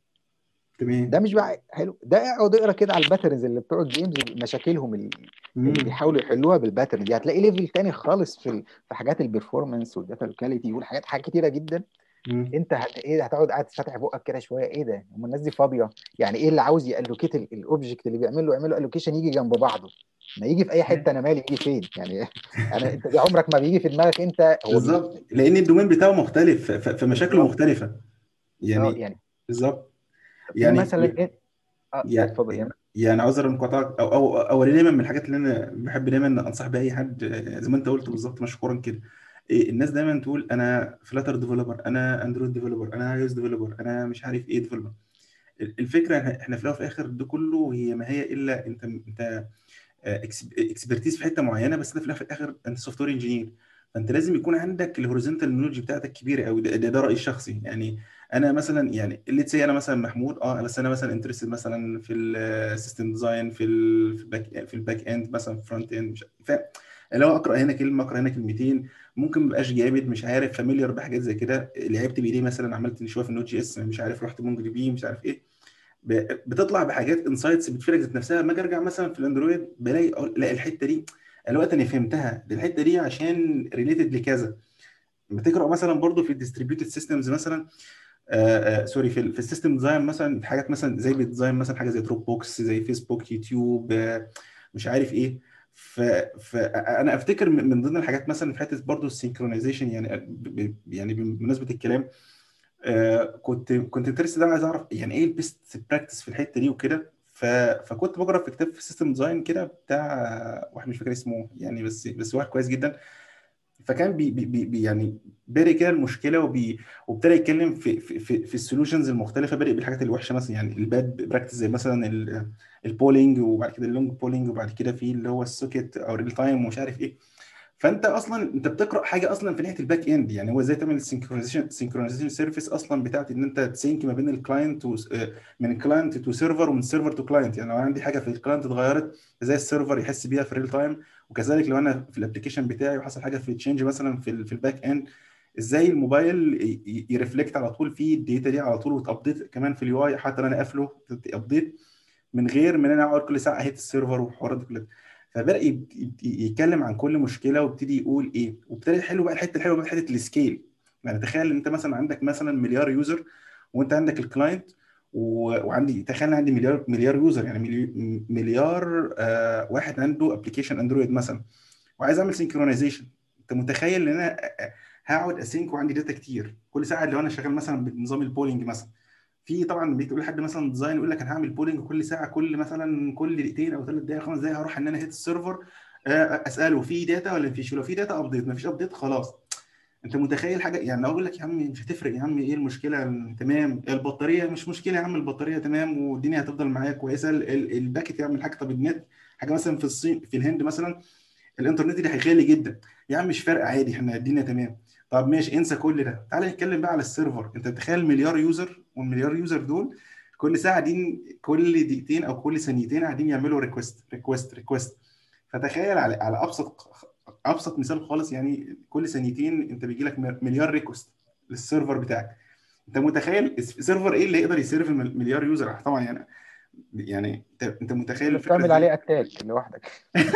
ده تمام. مش بقى حلو، ده اقعد اقرا كده على الباترنز اللي بتوع الجيمز، مشاكلهم اللي امم. بيحاولوا يحلوها بالباترن دي. هتلاقي ليفل تاني خالص في حاجات البرفورمانس والداتا كواليتي حاجات كتيره جدا. امم. انت ايه، هتقعد قاعد فاتح بقك كده شويه، ايه ده، هم الناس دي فاضيه؟ يعني ايه اللي عاوز يالوكيت الاوبجكت اللي بيعمل له، يعمل له الوكيشن يجي جنب بعضه؟ ما يجي في اي حته، انا مالي يجي فين يعني. انت دي عمرك ما بيجي في دماغك انت هو بيجي. بالظبط، لان الدومين بتاعه مختلف، فمشاكله بالظبط. مختلفه اه يعني. يعني بالظبط. في يعني مثلا ايه. اتفضل يعني يعني. يعني عذرا مقاطعك، او دايما من الحاجات اللي انا بحب دايما انصح بيها اي حد، زي ما انت قلت بالظبط مشكورا كده. الناس دايما تقول انا فلاتر ديفلوبر، انا اندرويد ديفلوبر، انا اي او اس ديفلوبر، انا مش عارف ايه ديفلوبر. الفكره احنا في الاول وفي الاخر ده كله هي ما هي الا انت اكسبرتيز في حته معينه، بس انت في الاخر في الاخر انت سوفت وير انجينير. فانت لازم يكون عندك الهوريزونتال نولوجي بتاعتك كبيره قوي. ده رايي الشخصي يعني. انا مثلا يعني اللي سي انا مثلا محمود، بس انا مثلا انترستد مثلا في السيستم ديزاين، في الباك اند مثلا، في فرونت اند، مش فاهم. لو اقرا هنا كلمه، اقرا هنا كلمتين، ممكن ما بقاش جامد، مش عارف فاميليار بحاجات زي كده. لعبت بايديه مثلا، عملت شويه في النوت جي اس، مش عارف، رحت مونجو بي، مش عارف ايه. بتطلع بحاجات انسايتس بتفيدك ذات نفسها. لما اجي ارجع مثلا في الاندرويد بلاقي لا الحته دي الوقت انا فهمتها، دي الحته دي عشان ريليتد لكذا. لما تقرا مثلا برضو في الديستريبيوتد سيستمز مثلا، سوري، في السيستم ديزاين مثلا، في حاجات مثلا زي بتديزاين مثلا حاجه زي دروب بوكس، زي فيسبوك، يوتيوب، مش عارف ايه. فانا افتكر من ضمن الحاجات مثلا في حته برضو السينكرونايزيشن يعني، يعني بمناسبه الكلام، كنت انترست ده، عايز اعرف يعني ايه البيست براكتس في الحته دي وكده. فكنت بقرا في كتاب في السيستم ديزاين كده بتاع واحد مش فاكر اسمه يعني، بس واحد كويس جدا. فكان يعني باري كده المشكله، وابتدى يتكلم في السولوشنز المختلفه. بادئ بالحاجات الوحشه مثلا، يعني الباد براكتس زي مثلا البولينج، وبعد كده اللونج بولينج، وبعد كده في اللي هو السوكيت او الريل تايم ومش عارف ايه. فانت اصلا انت بتقرا حاجه اصلا في ناحيه الباك اند، يعني هو ازاي تعمل السynchronization سيرفيس اصلا بتاعت ان انت تسينك ما بين الكلاينت من كلاينت تو سيرفر، ومن سيرفر تو كلاينت. يعني لو عندي حاجه في الكلاينت اتغيرت، ازاي السيرفر يحس بيها في الريل تايم. وكذلك لو انا في الابلكيشن بتاعي وحصل حاجه في تشينج مثلا في الباك اند، ازاي الموبايل يرفلكت على طول في الداتا دي على طول، وتابديت كمان في اليو اي، حتى لو انا قافله ابديت من غير ما انا اقعد كل ساعه اهيت السيرفر والحوارات دي كلها. فبدأ يتكلم عن كل مشكله، وابتدي يقول ايه، وابتدي حلو بقى الحته الحلوه بقى حته السكيل. يعني تخيل ان انت مثلا عندك مثلا مليار يوزر، وانت عندك الكلاينت، وعندي، تخيل عندي مليار يوزر، يعني مليار واحد عنده ابلكيشن اندرويد مثلا، وعايز اعمل سينكرونايزيشن. انت متخيل ان انا هقعد اسينك وعندي داتا كتير كل ساعه؟ لو انا شغال مثلا بنظام البولينج مثلا، في طبعا بتقول لحد مثلا ديزاين يقول لك انا هعمل بولينج كل ساعه، كل مثلا كل دقيقتين او 3 دقائق 5 دقائق هروح ان انا هيت السيرفر، اساله في داتا ولا مفيش، ولو في داتا ابديت، مفيش ابديت خلاص. انت متخيل حاجه؟ يعني لو اقول لك يا عم مش هتفرق يا عم، ايه المشكله؟ تمام، البطاريه مش مشكله يا عم، البطاريه تمام والدنيا هتفضل معايا كويسه. الباكت يعمل حاجه، طب النت، حاجه مثلا في الصين، في الهند مثلا، الانترنت اللي هيغالي جدا. يا عم مش فارق عادي، احنا الدنيا تمام. طب ماشي، انسى كل ده، تعال نتكلم بقى على السيرفر. انت تتخيل مليار يوزر، والمليار يوزر دول كل ساعه قاعدين، كل دقيقتين او كل ثانيتين قاعدين يعملوا ريكوست ريكوست ريكوست. فتخيل على ابسط مثال خالص، يعني كل ثانيتين انت بيجي لك مليار ريكوست للسيرفر بتاعك. انت متخيل السيرفر ايه اللي يقدر يسيرف مليار يوزر طبعا يعني. يعني انت متخيل ولا الفكره بتعمل ازاي؟ عليه اتاك لوحدك.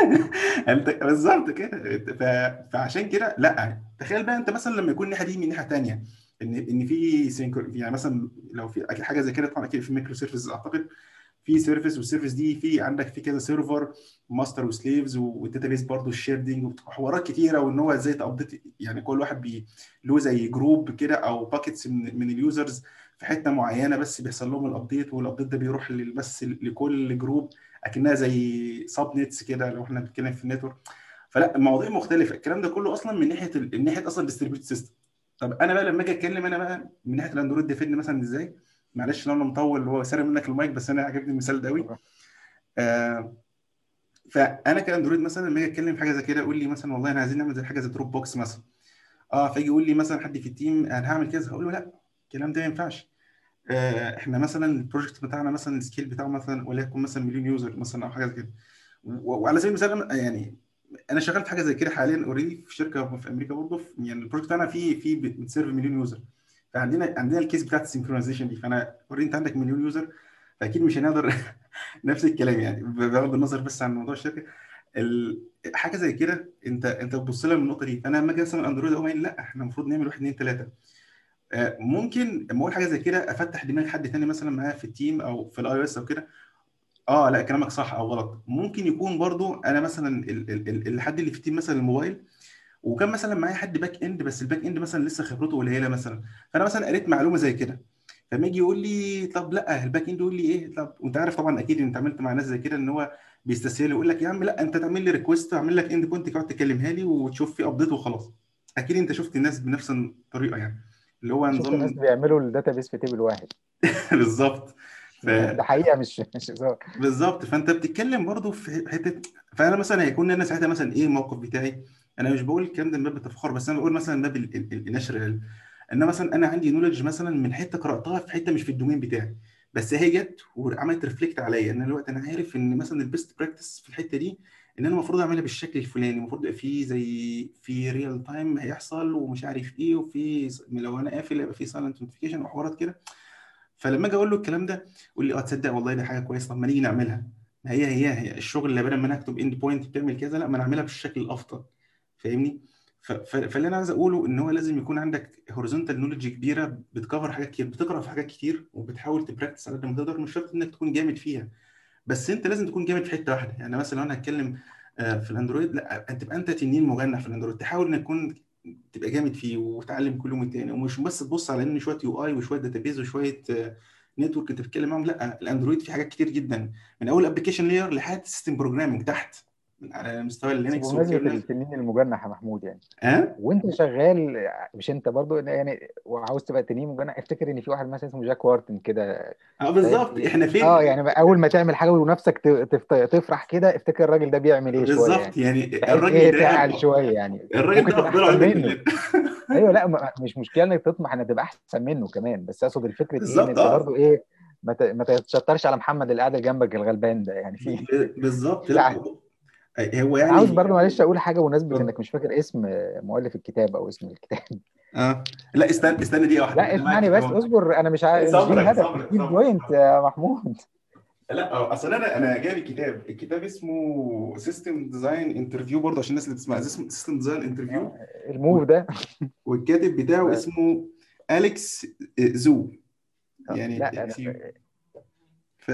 انت بالظبط كده. فعشان كده لا، تخيل بقى انت مثلا لما يكون الناحيه دي من ناحيه تانيه، ان في يعني مثلا لو في أكيد حاجه زي كده طبعا، اكيد في مايكرو سيرفيس اعتقد، في سيرفيس، والسيرفيس دي في عندك في كذا سيرفر، ماستر وسليفز، والداتابيس برضه الشيردنج، وحوارات كتيره، وان هو ازاي تابديت، يعني كل واحد له زي جروب كده او باكيتس من اليوزرز في حته معينه، بس بيحصل لهم الابديت، والابديت ده بيروح بس لكل جروب، اكنها زي سب نتس كده لو احنا بنتكلم في النتورك. فلا، المواضيع مختلفه. الكلام ده كله اصلا من ناحيه من ناحيه اصلا ديستريبيوتد سيستم. طب انا بقى لما اجي اتكلم انا بقى من ناحيه الاندرويد، ده فيدني مثلا ازاي؟ معلش ان انا مطول هو سارق منك المايك، بس انا عجبني المثال ده قوي. آه فانا كاندرويد مثلا لما اجي اتكلم في حاجه زي كده، اقول لي مثلا والله انا عايزين نعمل زي حاجه زي دروب بوكس مثلا. فيجي يقول لي مثلا حد في التيم انا هعمل كذا، هقول له لا، الكلام ده ما ينفعش. احنا مثلا البروجكت بتاعنا مثلا السكيل بتاعه مثلا وليكن مثلا مليون يوزر مثلا او حاجه زي كده. وعلى سبيل المثال يعني انا شغال في حاجه زي كده حاليا اوريدي في شركه في امريكا برضه، يعني البروجكت بتاعنا فيه بتسيرف مليون يوزر. فعندنا الكيس بتاعت السنكرونايزيشن دي، فانا اوريدي انت عندك مليون يوزر، فاكيد مش هنقدر نفس الكلام يعني، بغض النظر بس عن موضوع الشركه. حاجه زي كده انت بتبص لها من النقطه دي. فانا لما اجي مثلا اندرويد اقوم قايل لا احنا المفروض نعمل 1 2 3. ممكن لما اقول حاجه زي كده افتح دماغ حد تاني مثلا معايا في التيم او في الاي او اس او كده، لا كلامك صح او غلط. ممكن يكون برضو انا مثلا الحد اللي في التيم مثلا الموبايل، وكان مثلا معايا حد باك اند، بس الباك اند مثلا لسه خبرته قليله مثلا. فانا مثلا قريت معلومه زي كده، فما يجي يقول لي طب لا الباك اند يقول لي ايه، طب وانت عارف طبعا اكيد انت عملت مع ناس زي كده ان هو بيستسهل يقول لك يا عم لا انت تعمل لي ريكوست واعمل لك اند بوينت تقعد تكلمها لي وتشوف في ابديت وخلاص. اكيد انت شفت الناس بنفس الطريقه يعني، اللي هو شفت ناس نظام. بيعملوا الداتابيس في تيبل واحد. بالظبط. ده حقيقه، مش هزار. بالظبط، فانت بتتكلم برضو في حته. فانا مثلا هيكون انا ساعتها مثلا ايه الموقف بتاعي. انا مش بقول الكلام ده من باب التفاخر، بس انا بقول مثلا من باب النشر العلمي. ان مثلا انا عندي نولج مثلا من حته قراتها في حته مش في الدومين بتاعي، بس هي جت وعملت ريفلكت عليا ان الوقت انا عارف ان مثلا البيست براكتس في الحته دي ان انا المفروض اعملها بالشكل الفلاني، المفروض يبقى في زي في ريال تايم هيحصل ومش عارف ايه، وفي لو انا قافل يبقى في سايلنت نوتيفيكيشن وحوارات كده. فلما اجي اقول له الكلام ده يقول لي تصدق والله دي حاجه كويسه، طب ما نيجي نعملها. ما هي الشغل اللي بدل ما انا اكتب اند بوينت بتعمل كذا، لا ما نعملها بالشكل الافضل. فاهمني؟ فاللي انا عايز اقوله ان هو لازم يكون عندك هوريزونتال نولج كبيره، بتكفر حاجات كتير، بتقرا في حاجات كتير، وبتحاول تبراكتس على قد ما تقدر. مش شرط انك تكون جامد فيها، بس انت لازم تكون جامد في حته واحده. يعني مثلا لو انا هتكلم في الاندرويد، لا انت تبقى انت تنين مجنح في الاندرويد، تحاول انك تكون تبقى جامد فيه وتتعلم كل يوم التاني، ومش بس تبص على ان شويه يو اي وشويه داتابيز وشويه نتورك انت بتتكلم معاهم. لا الاندرويد فيه حاجات كتير جدا، من اول ابلكيشن لاير لحد سيستم بروجرامنج تحت على مستوى بس اللينكس بمناسبه والكيرنل. التنين المجنح يا محمود، يعني ها وانت شغال، مش انت برضو يعني وعاوز تبقى تنين مجنح، افتكر ان في واحد مثلا اسمه جاك وارتن كده، فاهم بالظبط ايه؟ احنا فين. يعني اول ما تعمل حاجه ونفسك تفرح كده، افتكر الراجل ده بيعمل ايه شويه بالظبط يعني، يعني بحيث الراجل ايه ده تعال شويه يعني، الراجل ممكن ده تبقى افضل احسن علينا منه. كلنا. ايوه، لا مش مشكله انك تطمح انك تبقى احسن منه كمان، بس اقصد الفكره ايه، ان بالظبط انت برضو ايه، ما تتشطرش على محمد اللي قاعد جنبك الغلبان ده يعني. بالظبط. في لا هو انا عاوز يعني. برضو معلش اقول حاجه بمناسبه اتفضل. انك مش فاكر اسم مؤلف الكتاب او اسم الكتاب. لا استنى دي واحده، لا انا معاك اسمعني في بس، حوار. اصبر، انا مش دي صبرك الهدف، مش صبرك دي صبرك البوينت صبرك. يا محمود. لا اصل انا جايب الكتاب اسمه سيستم ديزاين انترفيو برضه عشان الناس اللي بتسمع، اسمه سيستم ديزاين انترفيو. الموف ده. والكاتب بتاعه اسمه اليكس زو، لا يعني انا سيو. ف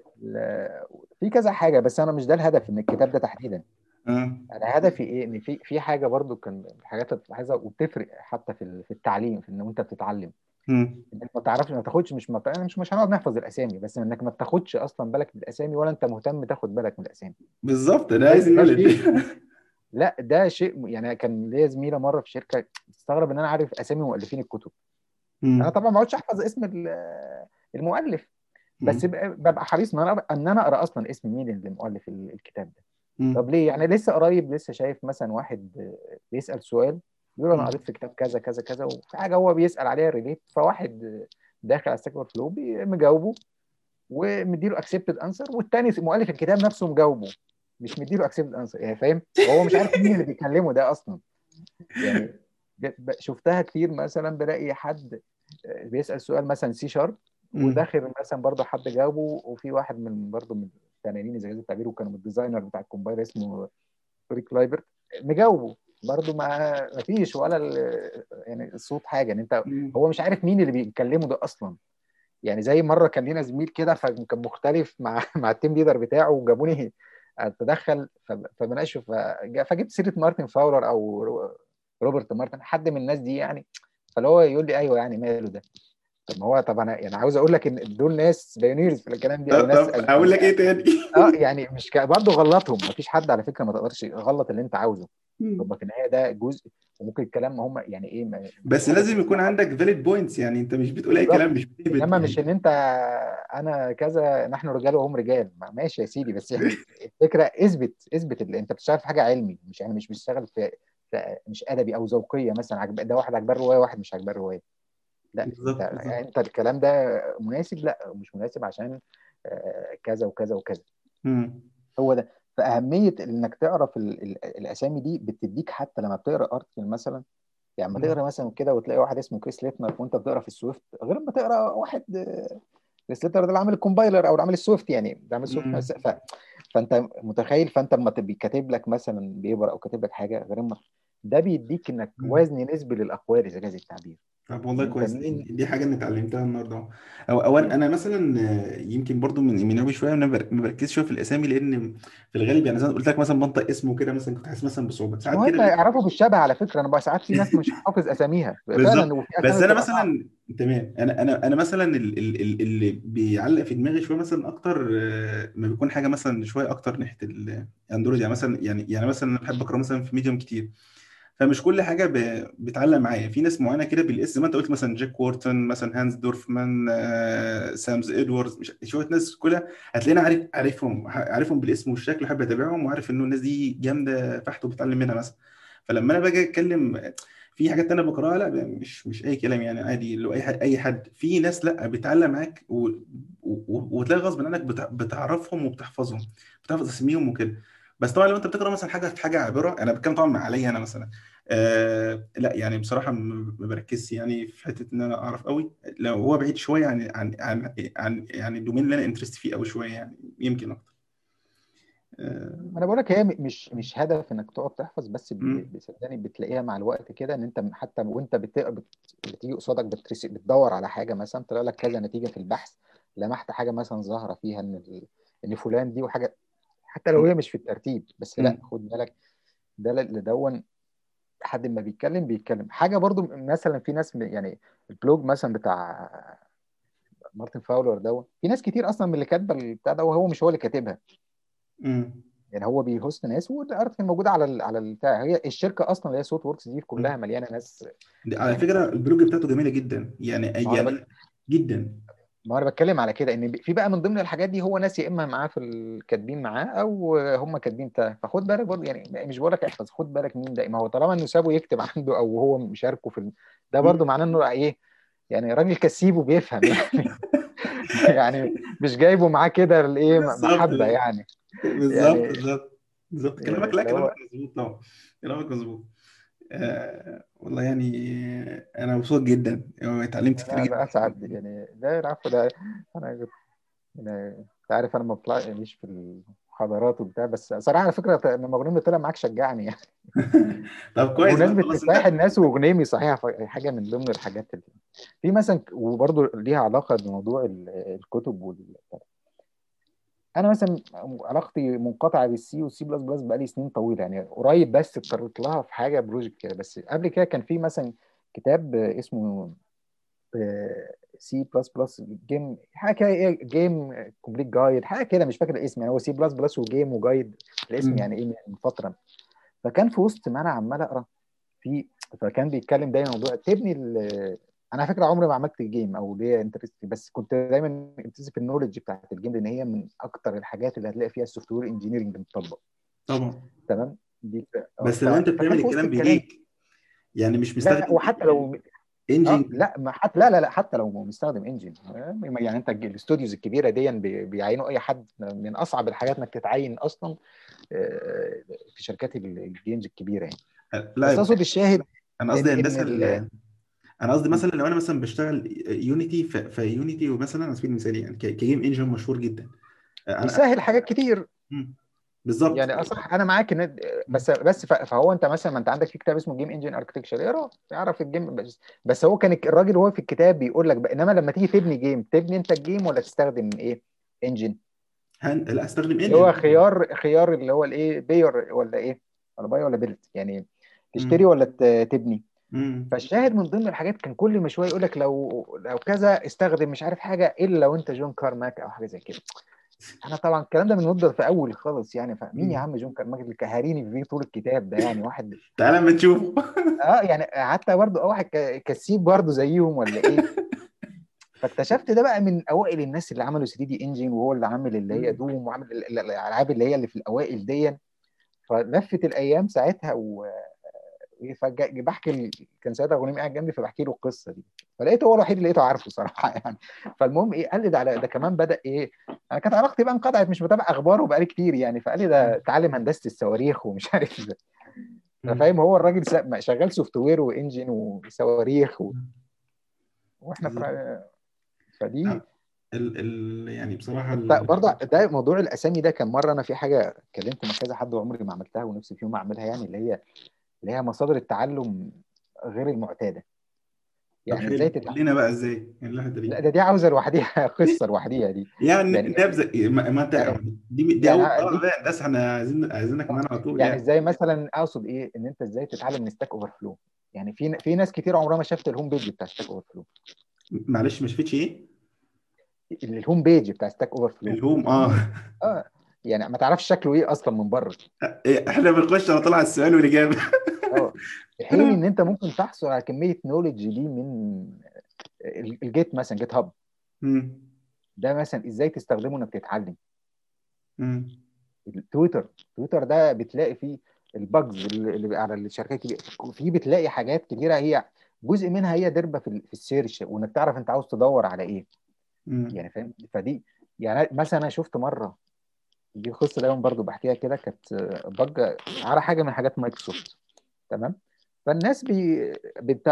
في كذا حاجه، بس انا مش ده الهدف من الكتاب ده تحديدا. اه انا هدفي ايه، ان في حاجه برضو كان من الحاجات اللي بتلاحظها وبتفرق حتى في التعليم، في ان انت بتتعلم، مم. انك ما تعرفش، ما تاخدش، مش هنقعد نحفظ الاسامي، بس انك ما بتاخدش اصلا بالك من الاسامي، ولا انت مهتم تاخد بالك من الاسامي. بالظبط انا ده عايز ده النولج. شيء. لا ده شيء، يعني كان ليا زميله مره في شركه تستغرب ان انا عارف اسامي مؤلفين الكتب. انا مم. طبعا ما اقعدش احفظ اسم المؤلف، بس مم. ببقى حريص ان انا اقرا اصلا اسم مين اللي مؤلف الكتاب ده. مم. طب ليه؟ يعني لسه قريب لسه شايف مثلا واحد بيسال سؤال، بيقول انا مم. قريت في كتاب كذا كذا كذا، وفي حاجه هو بيسال عليها ريليت، فواحد داخل على ستاك اوفر فلو مجاوبه ومديله اكسبتد انسر، والتاني مؤلف الكتاب نفسه مجاوبه مش مديله اكسبتد انسر، يعني فاهم؟ وهو مش عارف مين اللي بيكلمه ده اصلا يعني. شفتها كتير، مثلا بلاقي حد بيسأل سؤال مثلا سي شارب، مم. وداخل مثلا برضه حد جاوبه، وفي واحد من برضه من الفنانين اذا جاز التعبير، وكان الديزاينر بتاع الكومبايلر اسمه توري كلايبر، مجاوبه برضه ما فيش ولا يعني الصوت حاجه، ان انت مم. هو مش عارف مين اللي بيكلمه ده اصلا. يعني زي مره كان لينا زميل كده، فكان مختلف مع مع التيم ليدر بتاعه، وجابوني اتدخل فبناقشه، فجبت سيره مارتن فاولر او روبرت مارتن، حد من الناس دي يعني، فاللي هو يقول لي ايوه يعني ماله ده. طب ما هو، طب انا يعني عاوز اقول لك ان دول ناس بايونيرز في الكلام دي، او ناس طب اقول يعني لك ايه تاني. يعني مش برضه غلطهم، مفيش حد على فكره ما تقدرش غلط اللي انت عاوزه، هم في النهايه ده جزء، وممكن الكلام ما هم يعني ايه مش بس حاجه لازم يكون تسمعها. عندك فاليد بوينتس، يعني انت مش بتقول اي كلام، بالظبط. مش بتهبد انما مش يعني. ان انت انا كذا نحن رجال وهم رجال، ماشي يا سيدي، بس يعني الفكره اثبت اللي انت بتشتغل في حاجه علمي، مش يعني مش بتشتغل مش ادبي او ذوقيه مثلا، ده واحد عجباه الروايه واحد مش عجباه الروايه. لا انت بالظبط بالظبط. انت الكلام ده مناسب، لا مش مناسب عشان كذا وكذا وكذا. امم. هو ده. فاهميه انك تعرف الاسامي دي بتديك حتى لما بتقرا ارتكل مثلا. يعني لما تقرا مثلا كده وتلاقي واحد اسمه كريس ليتنر وانت بتقرا في السويفت، غير ما تقرا واحد كريس ليتنر ده اللي عامل الكومبايلر او اللي عامل السويفت، يعني ده عامل السويفت امم. فانت متخيل، فانت لما تبقى كاتب لك مثلا بيبر او كاتب لك حاجه غير ما ده بيديك انك وزن نسبي للاقوال اذا جاز التعبير. طب ان والله انت كويس، مين. دي حاجه انا اتعلمتها النهارده. او انا مثلا يمكن برضو من عيوبي شويه ان انا ما بركزش شويه في الاسامي، لان في الغالب يعني زي ما قلت لك مثلا بنطق اسمه كده مثلا كنت حاسس مثلا بصعوبه مش ساعات مهم كده. يعرفوا بالشبه، على فكره انا بقى ساعات في ناس مش حافظ اساميها بالظبط. فعلا، وفي بس اسامي انا بتبقى صعبه. مثلا تمام، انا مثلا اللي بيعلق في دماغي شويه مثلا اكتر ما بيكون حاجه مثلا شويه اكتر ناحيه الاندرويد، يعني مثلا يعني مثلا انا بحب اقرا مثلا في ميديوم كتير، فمش كل حاجه بتعلق معايا في ناس معينه كده بالاسم، زي ما انت قلت مثلا جاك وورتون مثلا هانز دورفمان سامز ادواردز، مش شويه ناس كلها هتلاقيني عارفهم بالاسم والشكل، حابب اتابعهم وعارف انه الناس دي جامده فحت وبتعلم منها مثلا. فلما انا باجي اتكلم في حاجات انا بقراها، لا مش اي كلام يعني عادي، لو اي حد في ناس لا بتعلق معاك وتلاقي غصب عنك بتعرفهم وبتحفظهم، بتحفظ اسميهم وكده. بس طبعا لو انت بتقرا مثلا حاجه عابره، انا بتكلم طبعا عليا انا مثلا لا يعني بصراحه ما بركزش يعني في حته ان انا اعرف قوي، لو هو بعيد شويه عن يعني الدومين اللي انا انترست فيه قوي شويه يعني، يمكن اكتر. آه. ما انا بقول لك هي مش هدف انك تقعد تحفظ بس، مم. صدقني بتلاقيها مع الوقت كده، ان انت حتى وانت بتيجي قصادك بتدور على حاجه مثلا طلع لك كذا نتيجه في البحث، لمحت حاجه مثلا ظاهره فيها ان فلان دي وحاجه، حتى لو هي مش في الترتيب، بس لا مم. خد بالك ده اللي دون حد ما بيتكلم حاجه برضو. مثلا في ناس يعني البلوج مثلا بتاع مارتن فاولر ده، في ناس كتير اصلا من اللي كاتبه البتاع ده وهو مش هو اللي كاتبها، مم. يعني هو بيهوست ناس والارتكل موجوده على البتاع، هي الشركه اصلا اللي هي صوت وركس دي مم. كلها مليانه ناس. على يعني فكره البلوج بتاعته جميله جدا يعني ما هو انا جدا. ما انا بتكلم على كده، ان في بقى من ضمن الحاجات دي هو ناس يا اما معاه في الكاتبين معاه او هم كاتبين بتاع، فخد بالك برضه، يعني مش بقول لك احفظ، خد بالك مين ده، ما هو طالما انه سابه يكتب عنده او هو مشاركه ده مم. برضه معناه انه ايه، يعني راجل كسيب وبيفهم يعني. يعني مش جايبه معاه كده الايه بالظبط محبه يعني. بالظبط يعني بالظبط بالظبط كلامك، يعني لا اللي كلامك هو مظبوط طبعا، كلامك مظبوط. والله يعني انا مبسوط جدا اتعلمت كتير انا جدا. اسعد يعني، ده العفو ده. انا كنت يعني انت عارف انا ما بطلعش في المحاضرات وبتاع، بس صراحه على فكره لما غنيمي طلع معاك شجعني يعني. طب كويس بقى بمناسبه خلاص صحيح انت. الناس وغنيمي، صحيح حاجه من ضمن الحاجات اللي في مثلا، وبرضه ليها علاقه بموضوع الكتب انا مثلا علاقتي منقطعه بالسي والسي بلس بلس بقالي سنين طويله، يعني قريب بس اتطرقت لها في حاجه بروجكت كده، بس قبل كده كان في مثلا كتاب اسمه سي بلس بلس جيم حاجه كده، ايه جيم كومبليت جايد حاجه كده، مش فاكر الاسم، يعني هو سي بلس بلس وجيم وجايد الاسم مم. يعني ايه من فتره. فكان في وسط ما انا عمال اقرا في، فكان بيتكلم دايما موضوع تبني انا على فكره عمري ما عملت جيم او ليا انترست، بس كنت دايما انترست في النولج بتاعت الجيم، لان هي من اكتر الحاجات اللي هتلاقي فيها السوفت وير انجينيرنج متطبق. طبعا. تمام دي بس لو انت فكان بتعمل في وسط الكلام الكلام. بايديك، يعني مش لا مستخدم وحتى لو انجن. لا ما حتى لا حتى لو مستخدم انجن، يعني انت الاستوديوز الكبيره دي بيعينوا اي حد، من اصعب الحاجات انك تتعين اصلا في شركات الجيمز الكبيره يعني. بس لا اقصد الشاهد انا ان قصدي ان هندسه انا قصدي مثلا لو انا مثلا بشتغل يونيتي، فيونيتي ومثلا على سبيل المثال يعني كجيم انجن مشهور جدا. انا بيسهل حاجات كتير. مم. بالظبط. يعني اصح انا معاك ان بس فهو انت مثلا ما انت عندك في كتاب اسمه جيم انجن اركتكشر، اقرا اعرف الجيم بس هو كان الراجل وهو في الكتاب بيقول لك بقى، انما لما تيجي تبني جيم تبني انت الجيم ولا تستخدم ايه انجن، لا استخدم اللي هو انجن. خيار اللي هو الايه بير ولا ايه، ولا باي ولا بيلت يعني، تشتري ولا تبني. فالشاهد من ضمن الحاجات كان كل ما شويه يقول لك لو كذا استخدم مش عارف حاجه الا لو انت جون كارماك او حاجه زي كده. انا طبعا الكلام ده من مده في اول خالص يعني، فمين يا مم. عم جون كارماجل اللي كهريني فيه طول الكتاب ده يعني واحد. تعالى اما تشوفه. اه يعني حتى برضه واحد كسيب برضه زيهم ولا ايه. فاكتشفت ده بقى من اوائل الناس اللي عملوا 3 دي انجن، وهو اللي عامل اللي هي مم. دوم، وعامل الالعاب اللي هي اللي في الاوائل دي. فلفت الايام ساعتها بحكي كان ساعتها غنيم قاعد جنبي، فبحكي له القصه دي. فلقيته هو الوحيد اللي لقيته عارفه صراحه يعني. فالمهم ايه، قال لي ده على ده كمان بدا ايه. انا كانت علاقتي بقى انقطعت، مش متابع اخباره بقالي كتير يعني. فقال لي ده اتعلم هندسه الصواريخ ومش عارف ازاي. انا مم. فاهم، هو الراجل شغال سوفت وير وانجن وصواريخ واحنا بالظبط. فدي. يعني بصراحة انت برضه ده موضوع الاسامي ده، كان مره انا في حاجه اتكلمت مع كذا حد وعمري ما عملتها ونفسي في يوم اعملها، يعني اللي هي مصادر التعلم غير المعتاده. طب يعني ازاي حلو، قول لنا بقى ازاي يعني الحته لا دي. ده دي عاوزه لوحديها قصه لوحديها دي. يعني يعني نبذه، ما انت يعني دي يعني اول طلعه اديك بقى الناس، احنا عايزينك معانا على طول يعني يعني. ازاي مثلا اقصد ايه، ان انت ازاي تتعلم من ستاك اوفر فلو. يعني في ناس كتير عمرها ما شافت الهوم بيج بتاع ستاك اوفر فلو. معلش مش فيتش ايه؟ الهوم بيج بتاع ستاك اوفر فلو. الهوم، الهوم اه. بيج. اه يعني ما تعرفش شكله ايه اصلا من بره. احنا بنخش على طلع السؤال والاجابه. اه في حين ان انت ممكن تحصل على كميه نولج دي من الجيت مثلا، جيت هاب. مم. ده مثلا ازاي تستخدمه انك تتعلم. مم. تويتر ده بتلاقي فيه الباجز اللي على الشركات الكبيره، فيه بتلاقي حاجات كتيره، هي جزء منها هي دربه في السيرش، وانك تعرف انت عاوز تدور على ايه. مم. يعني فاهم. فدي يعني مثلا انا شفت مره، دي قصه دايما برضو بحكيها كده، كانت بج على حاجه من حاجات مايكروسوفت. تمام. فالناس بتاع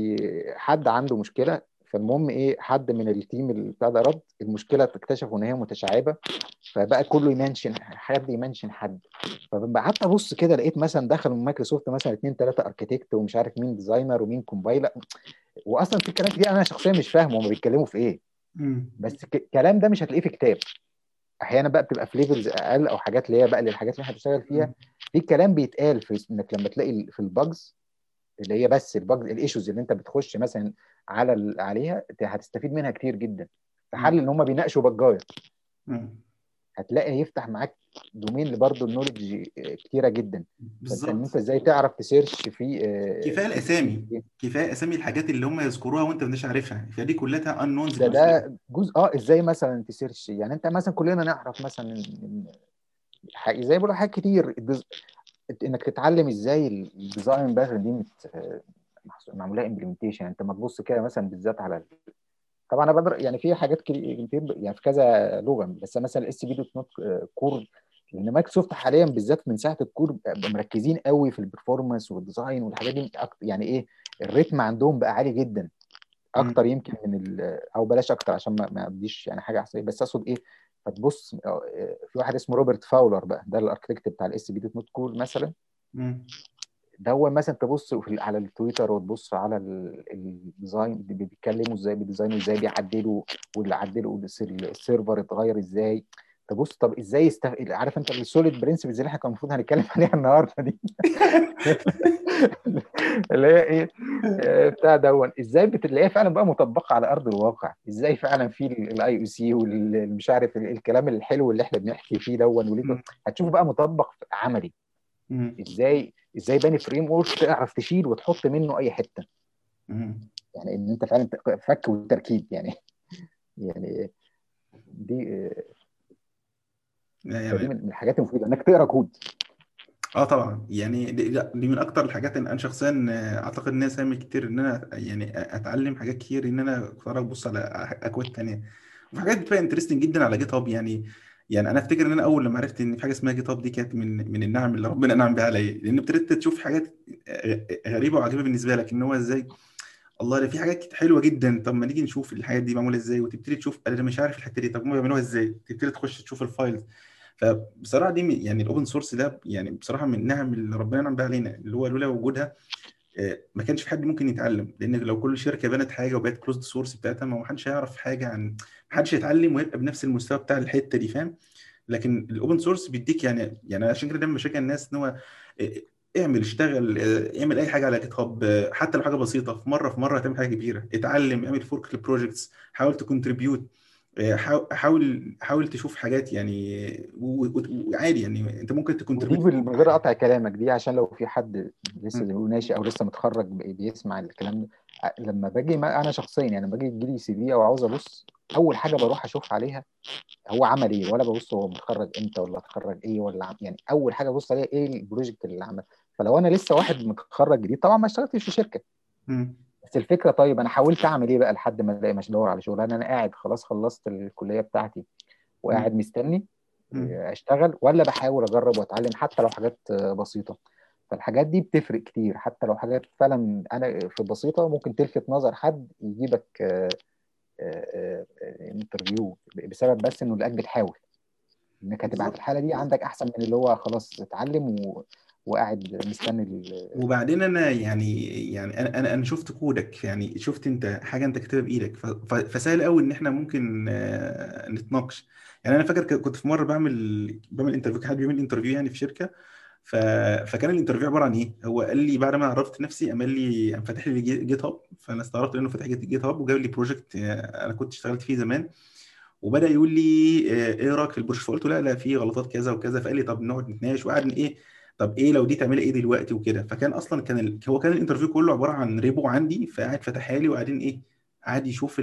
حد عنده مشكله. فالمهم ايه، حد من التيم اللي بتاع ده رد المشكله، اكتشفوا ان هي متشعبه. فبقى كله يمنشن حد يمنشن حد. فقعدت ابص كده، لقيت مثلا دخل من مايكروسوفت مثلا اثنين ثلاثه اركيتكت ومش عارف مين ديزاينر ومين كومبايلر. واصلا في كلام كتير انا شخصيا مش فاهم هم بيتكلموا في ايه. مم. بس الكلام ده مش هتلاقيه في كتاب. احيانا بقى بتبقى في ليفلز اقل، او حاجات اللي هي بقى للحاجات اللي احنا بنشتغل فيها. مم. في كلام بيتقال في انك لما تلاقي في الباجز، اللي هي بس الباجز الايشوز اللي انت بتخش مثلا عليها، هتستفيد منها كتير جدا. في حل ان هم بيناقشوا بجايه، مم. هتلاقي هيفتح معاك دومين اللي برضه النولج كتيره جدا. فانت ان انت بالظبط. ازاي تعرف تسيرش في كفايه الاسامي، في كفايه اسامي الحاجات اللي هم يذكروها وانت مش عارفها، فدي كلها انونز لوحدها. ده جزء. ازاي مثلا تسيرش. يعني انت مثلا كلنا نعرف مثلا زي بقول حاجات كتير انك تتعلم ازاي الديزاين باترن دي معموله امبلمنتيشن. انت ما تبص كده مثلا بالذات على طبعا انا بقدر يعني في حاجات كتير يعني في كذا لغه، بس مثلا الاس بي دوت نوت كور. لان مايكروسوفت حاليا بالذات من ساعه الكور مركزين قوي في البرفورمانس والديزاين والحاجات دي يعني ايه، الريتم عندهم بقى عالي جدا. اكتر مم. يمكن من او بلاش اكتر عشان ما اديش يعني حاجه احسن، بس اقصد ايه. فتبص في واحد اسمه روبرت فاولر بقى، ده الاركتكت بتاع الاس بي دوت نوت كور مثلا. مم. ده هو مثلا تبص على التويتر وتبص على الديزاين، بيتكلموا ازاي بيديزاينوا، ازاي بيعدلوا، واللي عدلوا السيرفر اتغير ازاي. تبص طب ازاي عارف انت السوليد برنسبلز اللي احنا كان المفروض هنتكلم عليها النهارده دي. اللي هي ايه، بتاع دون ازاي بتلاقيها فعلا بقى مطبقه على ارض الواقع. ازاي فعلا في الاي او سي والمش عارف الكلام الحلو اللي احنا بنحكي فيه دون مم. هتشوف بقى مطبق عملي. مم. ازاي باني فريم ورك تعرف تشيل وتحط منه اي حته. مم. يعني ان انت فعلا فك وتركيب يعني. يعني دي فدي يعني من الحاجات المفيده انك تقرا كود. اه طبعا، يعني دي من اكتر الحاجات اللي انا شخصيا اعتقد ان هي ساهم كتير ان انا يعني اتعلم حاجات كتير، ان انا اتفرج ابص على اكواد تانية، وفي حاجات بتبقى انترستنج جدا على جيت هاب يعني. يعني انا افتكر ان انا اول لما عرفت ان في حاجه اسمها جيت هاب دي كانت من النعم اللي ربنا انعم بها عليا، لان ابتديت تشوف حاجات غريبه وعجيبه بالنسبه لك، ان هو ازاي الله ده في حاجات حلوه جدا، طب ما نيجي نشوف الحاجات دي معموله ازاي، وتبتدي تشوف انا مش عارف الحته دي طب هم بيعملوها ازاي، تبتدي تخش تشوف الفايلز. فبصراحه دي يعني الاوبن سورس ده يعني بصراحه من النعم اللي ربنا نعم بها علينا، اللي هو لولا وجودها ما كانش في حد ممكن يتعلم، لان لو كل شركه بنت حاجه وبقت كلوزد سورس بتاعتها، ما حدش هيعرف حاجه عن، ما حدش يتعلم ويبقى بنفس المستوى بتاع الحته دي، فاهم؟ لكن الاوبن سورس بيديك يعني عشان كده دايما بشجع الناس ان هو آه، اعمل اشتغل اعمل اي حاجه على جيت هاب، حتى لو حاجه بسيطه، في مره هتعمل حاجه كبيره، اتعلم، اعمل فورك للبروجكتس، حاول تكونتريبيوت، حاول تشوف حاجات يعني، وعادي يعني انت ممكن تكون ودي من غير قطع كلامك دي، عشان لو في حد لسه زي ما بيقول ناشئ او لسه متخرج بيسمع الكلام ده. لما باجي انا شخصيا يعني لما باجي يجي سي في او عاوز ابص، اول حاجه بروح اشوف عليها هو عمل ايه، ولا ببص هو متخرج امتى ولا اتخرج ايه ولا يعني اول حاجه ببص عليها ايه البروجكت اللي عمل. فلو انا لسه واحد متخرج جديد طبعا ما اشتغلتش في شركه، مم. بس الفكره طيب انا حاولت اعمل ايه بقى لحد ما الاقي مش ادور على شغل. انا قاعد خلاص خلصت الكليه بتاعتي مم. وقاعد مستني مم. اشتغل، ولا بحاول اجرب واتعلم حتى لو حاجات بسيطه. فالحاجات دي بتفرق كتير، حتى لو حاجات فعلا انا في بسيطه ممكن تلفت نظر حد يجيبك انترفيو بسبب بس انه لقاك بتحاول، انك هتبقى في بالظبط. الحاله دي عندك احسن من اللي هو خلاص اتعلم وقاعد مستني وبعدين انا يعني انا شفت كودك، يعني شفت انت حاجه انت كاتبها بايدك، فسهل قوي ان احنا ممكن نتناقش. يعني انا فاكر كنت في مره بعمل انترفيو، كان حد بيعمل انترفيو يعني في شركه. ف... فكان الانترفيو عباره عن ايه، هو قال لي بعد ما عرفت نفسي قام فاتح لي جيت هاب. فانا استغربت لانه فاتح جيت هاب وجاب لي بروجكت انا كنت اشتغلت فيه زمان. وبدا يقول لي ايه رايك في البروجكت، فقلت له لا لا في غلطات كذا وكذا. فقال لي طب نقعد نتناقش، وقعد ايه طب ايه لو دي تعملي ايه دلوقتي وكده. فكان اصلا هو كان الانترفيو كله عباره عن ريبو عندي، فقاعد فتحها لي وقاعدين ايه، قاعد يشوف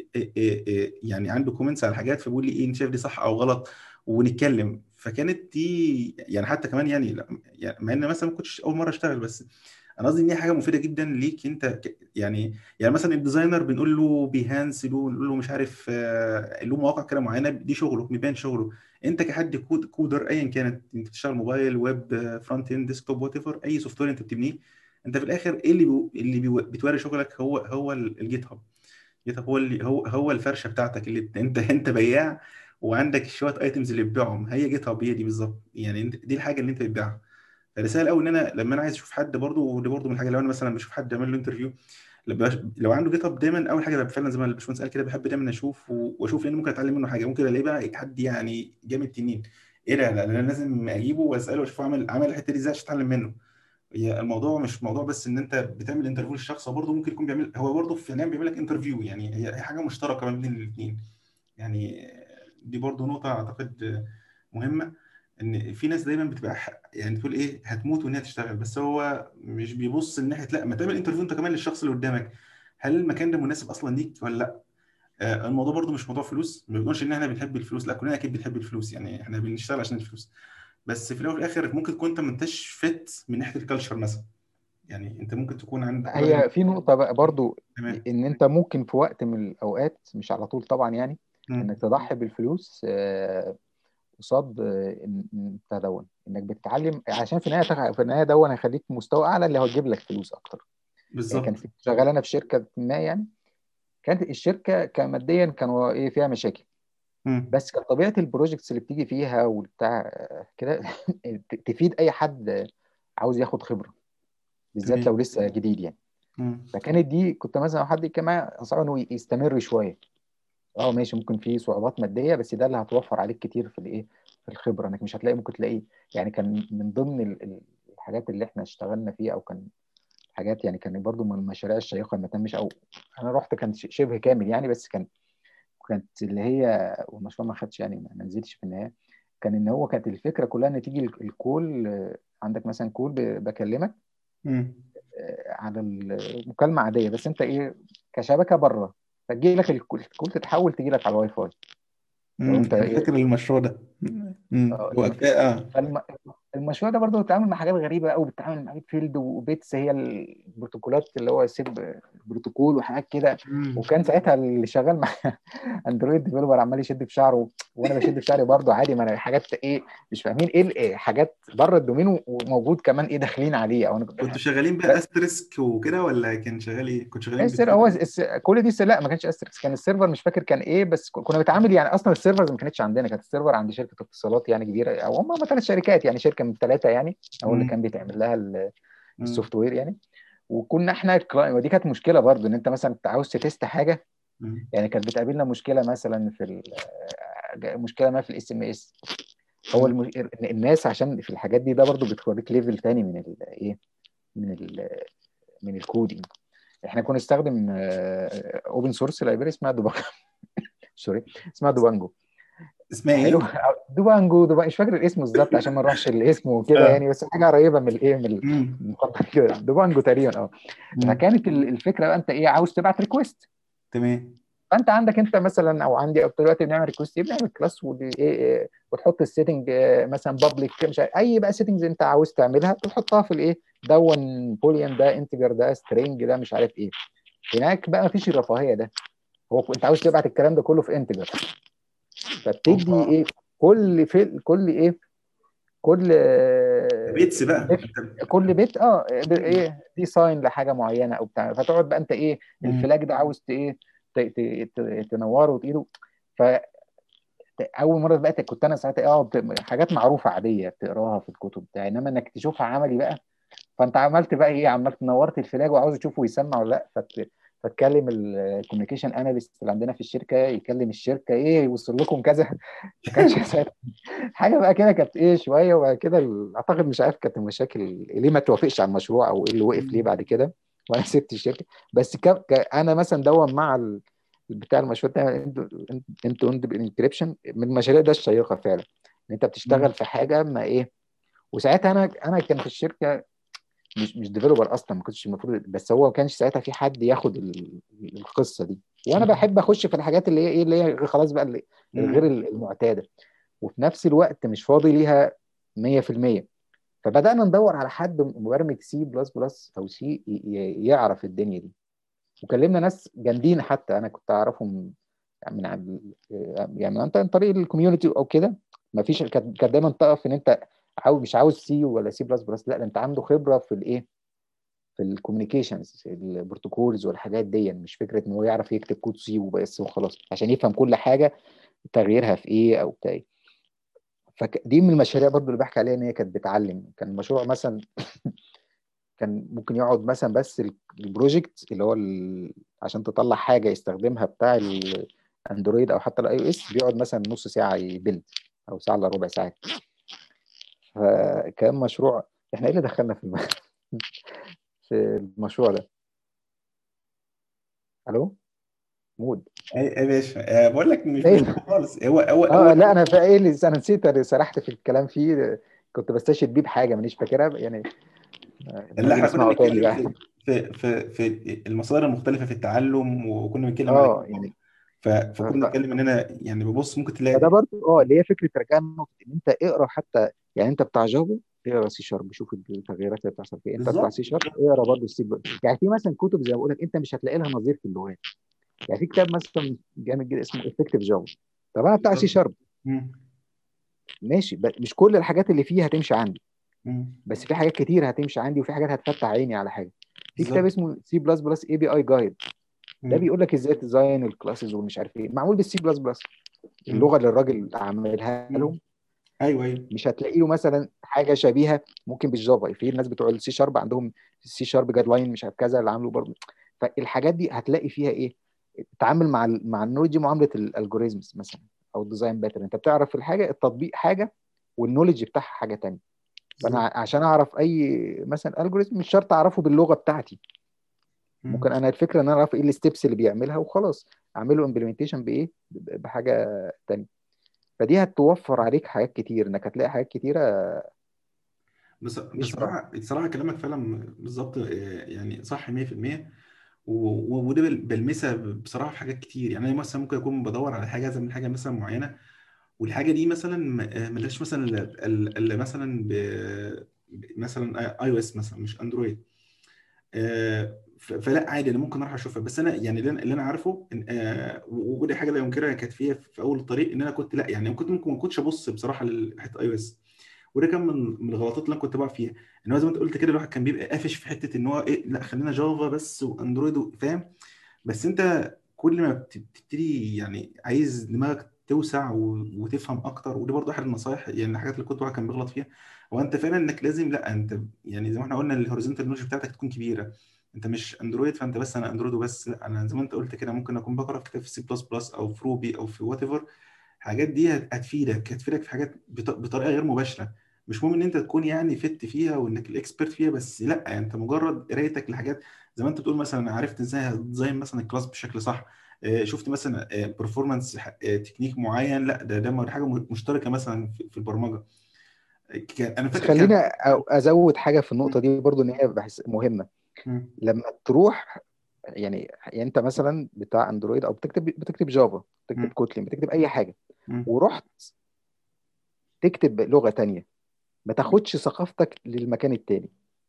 يعني عنده كومنتس على حاجات، فبيقول لي ايه انت شايف دي صح او غلط ونتكلم. فكانت دي يعني حتى كمان يعني يعني مع ان مثلا ما كنتش اول مره اشتغل، بس انا قصدي ان هي حاجه مفيده جدا ليك انت يعني مثلا الديزاينر بنقول له بيهانس له، نقول له مش عارف له مواقع كده معينه، دي شغله بيبان شغله. انت كحد كودر ايا كانت، انت بتشتغل موبايل ويب فرونت اند ديسكتوب وات ايفر، اي سوفت وير انت بتبنيه، انت في الاخر ايه بتوري شغلك هو الجيت هاب. الجيت هاب هو الفرشه بتاعتك اللي انت بياع، وعندك شويه ايتمز اللي بتبيعهم، هي جيت هاب هي دي بالظبط. يعني دي الحاجه اللي انت بتبيعها. فرسائل قوي ان انا لما انا عايز اشوف حد برضه، ودي برضه من الحاجه، لو انا مثلا بشوف حد يعمل له انترفيو، لو عنده جيت اب دايما اول حاجه فعلا زي ما الباشمهندس قال كده، بحب دايما اشوف واشوف، لان ممكن اتعلم منه حاجه، ممكن الاقيه بقى حد يعني جامد تنين، ايه ده، لا انا لازم اجيبه واساله واشوف عمل الحته دي ازاي عشان اتعلم منه. هي الموضوع مش موضوع بس ان انت بتعمل انترفيو للشخص، هو برضه ممكن يكون بيعمل، هو برضه في النهايه بيعمل لك انترفيو، يعني هي حاجه مشتركه ما بين الاثنين يعني. دي برضه نقطه اعتقد مهمه، ان في ناس دايما بتبقى يعني تقول ايه هتموت وان هي تشتغل، بس هو مش بيبص من ناحيه لا ما تعمل انترفيو انت كمان للشخص اللي قدامك، هل المكان ده مناسب اصلا ليك ولا لا. الموضوع برضو مش موضوع فلوس، ما بنقولش ان احنا بنحب الفلوس، لا كلنا اكيد بنحب الفلوس، يعني احنا بنشتغل عشان الفلوس. بس في الاول وفي الاخر ممكن تكون انت ما انتش فت من ناحيه الكالتشر مثلا، يعني انت ممكن تكون عندك راجل. هي في نقطة بقى برضو، تمام. إن أنت ممكن في وقت من الأوقات مش على طول طبعا يعني مم. إنك تضحي بالفلوس قصاد إن بتاع دون إنك بتتعلم، عشان في النهاية في النهاية دون هيخليك مستوى أعلى اللي هتجيب لك فلوس أكتر. يعني كان بالظبط. في شغال أنا في شركة ما يعني، كانت الشركة كماديا كانوا إيه فيها مشاكل، مم. بس كانت طبيعة البروجكتس اللي بتيجي فيها والبتاع كده تفيد أي حد عاوز ياخد خبرة، بالذات تمام. لو لسه جديد يعني. مم. فكانت دي كنت مثلا لو حد كمان انصحه انه يستمر شويه. اه ماشي ممكن في صعوبات ماديه، بس ده اللي هتوفر عليك كتير في الايه، في الخبره، انك مش هتلاقي ممكن تلاقي. يعني كان من ضمن الحاجات اللي احنا اشتغلنا فيها او كان حاجات يعني كان برضو من المشاريع الشيقه ما تمش، او انا رحت كان شبه كامل يعني، بس كانت اللي هي والمشروع ما خدش يعني ما نزلش في النهايه. كان ان هو كانت الفكره كلها ان تيجي الكول عندك مثلا كول بكلمك مم. على المكالمه عاديه، بس انت ايه كشبكه بره، فتجي لك الكول تتحول تجي لك على الواي فاي لو انت انا ايه. فاكر المشروع ده. هو لو انت كفايه المشروع ده برضه بتتعامل مع حاجات غريبه قوي، بتتعامل مع فيلد وبيتس هي البروتوكولات اللي هو سيب بروتوكول وحاجات كده. مم. وكان ساعتها اللي شغال مع اندرويد ديفلوبر عمال يشد في شعره، وانا بشد في شعري برضه عادي، ما انا حاجات ايه مش فاهمين ايه حاجات بره الدومين وموجود كمان ايه داخلين عليه او انا كنت. كنتوا شغالين بقى استريسك وكده ولا كان شغال ايه؟ كنت شغالين هو كل دي لا ما كانش استريكس، كان السيرفر مش فاكر كان ايه، بس كنا بنتعامل يعني اصلا السيرفرز ما كانتش عندنا، كانت السيرفر عند شركه اتصالات يعني كبيره، او هم 3 شركات يعني، شركه من ال3 يعني هو اللي مم. كان بيتعمل لها مم. السوفت وير يعني. وكنا احنا ودي كانت مشكله برضو ان انت مثلا كنت عاوز تتست حاجه. مم. يعني كانت بتقابلنا مشكله مثلا في مشكله ما في الاس ام اس. هو مم. الناس عشان في الحاجات دي ده برضو بتوريك ليفل تاني من ايه، من من الكودينج. احنا كنا نستخدم اوبن سورس لايبراري اسمها دوباكا سوري، اسمها دوبانجو. اسمها حلو. ايه؟ دوبانجو مش فاكر الاسم بالظبط عشان ما نروحش الاسم وكده اه. يعني، بس حاجه قريبه من الايه، من امم. المخطط كده، دوبانجو تقريبا اه. امم. فكانت الفكره بقى انت ايه، عاوز تبعت ريكويست. تمام. فانت عندك انت مثلا او عندي او دلوقتي بنعمل ريكوست ايه، بنعمل كلاس وتحط السيتنج مثلا بابليك، مش عارف اي بقى سيتنجز انت عاوز تعملها بتحطها في الايه، دون بوليان ده انتجر ده سترينج ده مش عارف ايه. هناك بقى مفيش الرفاهيه ده، هو انت عاوز تبعت الكلام ده كله في انتجر، فبتدي اوبا. ايه، كل ايه، كل بيتس بقى انت. كل بيت ايه دي ساين لحاجه معينه او بتاع، فتقعد بقى انت ايه امم. الفلاج ده عاوز ايه تنوره وتقيله. فاول مره بقى كنت انا ساعتها حاجات معروفه عاديه بتقراها في الكتب بتاع، انما انك تشوفها عملي بقى. فانت عملت بقى ايه، عملت نورت الفلاج وعاوز تشوفه يسمع ولا لا، فتكلم الكوميونيكيشن اناليست اللي عندنا في الشركه، يكلم الشركه ايه يوصل لكم كذا. ما كانش ساعتها حاجه بقى كده، كانت ايه شويه، وبعد كده اعتقد مش عارف كانت المشاكل ليه ما توافقش على المشروع او ايه اللي وقف ليه بعد كده، وانا سبت الشركه. بس انا مثلا مع بتاع المشروع ده انت انكريبشن من المشاريع ده الشيقه فعلا، ان انت بتشتغل امم. في حاجه ما ايه. وساعتها انا كان في الشركه مش ديفيلوبر اصلا، ما كنتش المفروض، بس هو ما كانش ساعتها في حد ياخد القصه دي، وانا بحب اخش في الحاجات اللي هي ايه، اللي هي خلاص بقى الغير امم. المعتاده، وفي نفس الوقت مش فاضي ليها 100%. فبدانا ندور على حد مبرمج سي بلس بلس او سي يعرف الدنيا دي، وكلمنا ناس جامدين حتى انا كنت اعرفهم من يعني عن طريق الكوميونتي او كده. ما فيش، كانت دايما تقف ان انت مش عاوز سي ولا سي بلس بلس، لا ده انت عنده خبره في الايه، في الكوميونيكيشنز البروتوكولز والحاجات دي، مش فكره ان هو يعرف يكتب كود سي وبس وخلاص عشان يفهم كل حاجه تغييرها في ايه او بتاع إيه. فدي من المشاريع برضو اللي بحكي عليها ان هي كانت بتعلم. كان مشروع مثلا كان ممكن يقعد مثلا بس البروجكت اللي هو عشان تطلع حاجه يستخدمها بتاع الاندرويد او حتى الاي او اس، بيقعد مثلا نص ساعه يبيلد او ساعه الا ربع ساعه. فكان مشروع، احنا ايه اللي دخلنا في المشروع ده؟ الو مود. اي اي باشا، بقول لك مش ايه مهم خالص. هو لا انا في ايه اللي انا نسيت، أنا سرحت في الكلام فيه، كنت بستشهد بيه بحاجه مانيش فاكرها يعني. اللي نبقى احنا كنا نسمعه تاني بنتكلم بقى. في المصادر المختلفه في التعلم، وكنا بنتكلم على يعني فكنا بنتكلم ان انا يعني ببص ممكن فده تلاقي. برضه اللي هي فكره رجعنا لنقطه ان انت اقرا حتى، يعني انت بتاع جافا اقرا سي شارب، شوف التغييرات اللي بتحصل فيها. انت بتاع سي بالظبط شارب بالظبط. اقرا برضه السي بلس. يعني في مثلا كتب زي ما بقول لك انت مش هتلاقي لها نظير في اللغات. يعني في كتاب مثلا جامد جدا اسمه افكتيف جافا، طب انا بتاع سي بالظبط. شارب مم. ماشي، مش كل الحاجات اللي فيه هتمشي عندي، مم. بس في حاجات كتير هتمشي عندي، وفي حاجات هتفتح عيني على حاجه. في كتاب بالظبط. اسمه سي بلس بلس اي بي اي جايد، ده مم. بيقول لك ازاي تديزاين الكلاسز والمش عارف ايه، معمول بالسي بلس بلس، مم. اللغه اللي الراجل عاملها مم. لهم. ايوه ايوه. مش هتلاقي له مثلا حاجه شبيهه ممكن بالجافا، في الناس بتوع السي شارب عندهم السي شارب جايد لاين مش عارف كذا اللي عامله برضه. فالحاجات دي هتلاقي فيها ايه، تتعامل مع النولج معامله الالجوريزمز مثلا او الديزاين باترن. انت بتعرف الحاجه، التطبيق حاجه، والنولج بتاعها حاجه تانيه. فانا بالظبط. عشان اعرف اي مثلا الجوريزم مش شرط اعرفه باللغه بتاعتي، ممكن مم. انا الفكره ان انا اعرف ايه الستبس اللي بيعملها وخلاص، اعمله امبلمنتيشن بايه، بحاجه تانيه. فدي هتوفر عليك حاجات كتير، انك هتلاقي حاجات كتيره مش بصراحه كلامك فعلا بالظبط، يعني صح 100%. وده بلمسها بصراحه في حاجات كتير. يعني انا مثلا ممكن اكون بدور على حاجه زي من حاجه مثلا معينه، والحاجه دي مثلا ملهاش مثلا الا مثلا مثلا اي او اس مثلا مش اندرويد. فلا عادي انا ممكن اروح اشوفها. بس انا يعني اللي انا عارفه ودي حاجه لا ينكرها كانت فيها في اول الطريق، ان انا كنت لا يعني كنت ممكن ما كنتش ابص بصراحه لحته اي او اس. وده كان من الغلطات اللي انا كنت بقع فيها، ان هو زي ما انت قلت كده الواحد كان بيبقى قافش في حته ان هو ايه، لا خلينا جافا بس واندرويد فاهم. بس انت كل ما بتبتدي يعني عايز دماغك توسع وتفهم اكتر. ودي برضه احد النصايح يعني الحاجات اللي كنت واحد كان بيغلط فيها. هو انت فعلا انك لازم، لا انت يعني زي ما احنا قلنا الهوريزونتال نولج بتاعتك تكون كبيره. انت مش اندرويد فانت بس انا اندرويد وبس، لا انا زي ما انت قلت كده ممكن اكون بقرا في كتاب في سي بلس بلس او في روبي او في وات ايفر. الحاجات دي هتفيدك في حاجات بطريقه غير مباشره. مش مهم ان انت تكون يعني فت فيها وانك الاكسبرت فيها، بس لا انت مجرد قرايتك لحاجات زي ما انت بتقول مثلا عرفت ازاي هتديزاين مثلا الكلاس بشكل صح، شفت مثلا برفورمانس تكنيك معين، لا ده حاجه مشتركه مثلا في البرمجه. انا بس فاكر كان. خلينا ازود حاجه في النقطه دي برضو، ان هي بحس مهمه. مم. لما تروح يعني انت مثلا بتاع اندرويد، او بتكتب جافا، بتكتب مم. كوتلين، بتكتب اي حاجه، مم. ورحت تكتب لغه تانية، ما تاخدش ثقافتك للمكان التاني.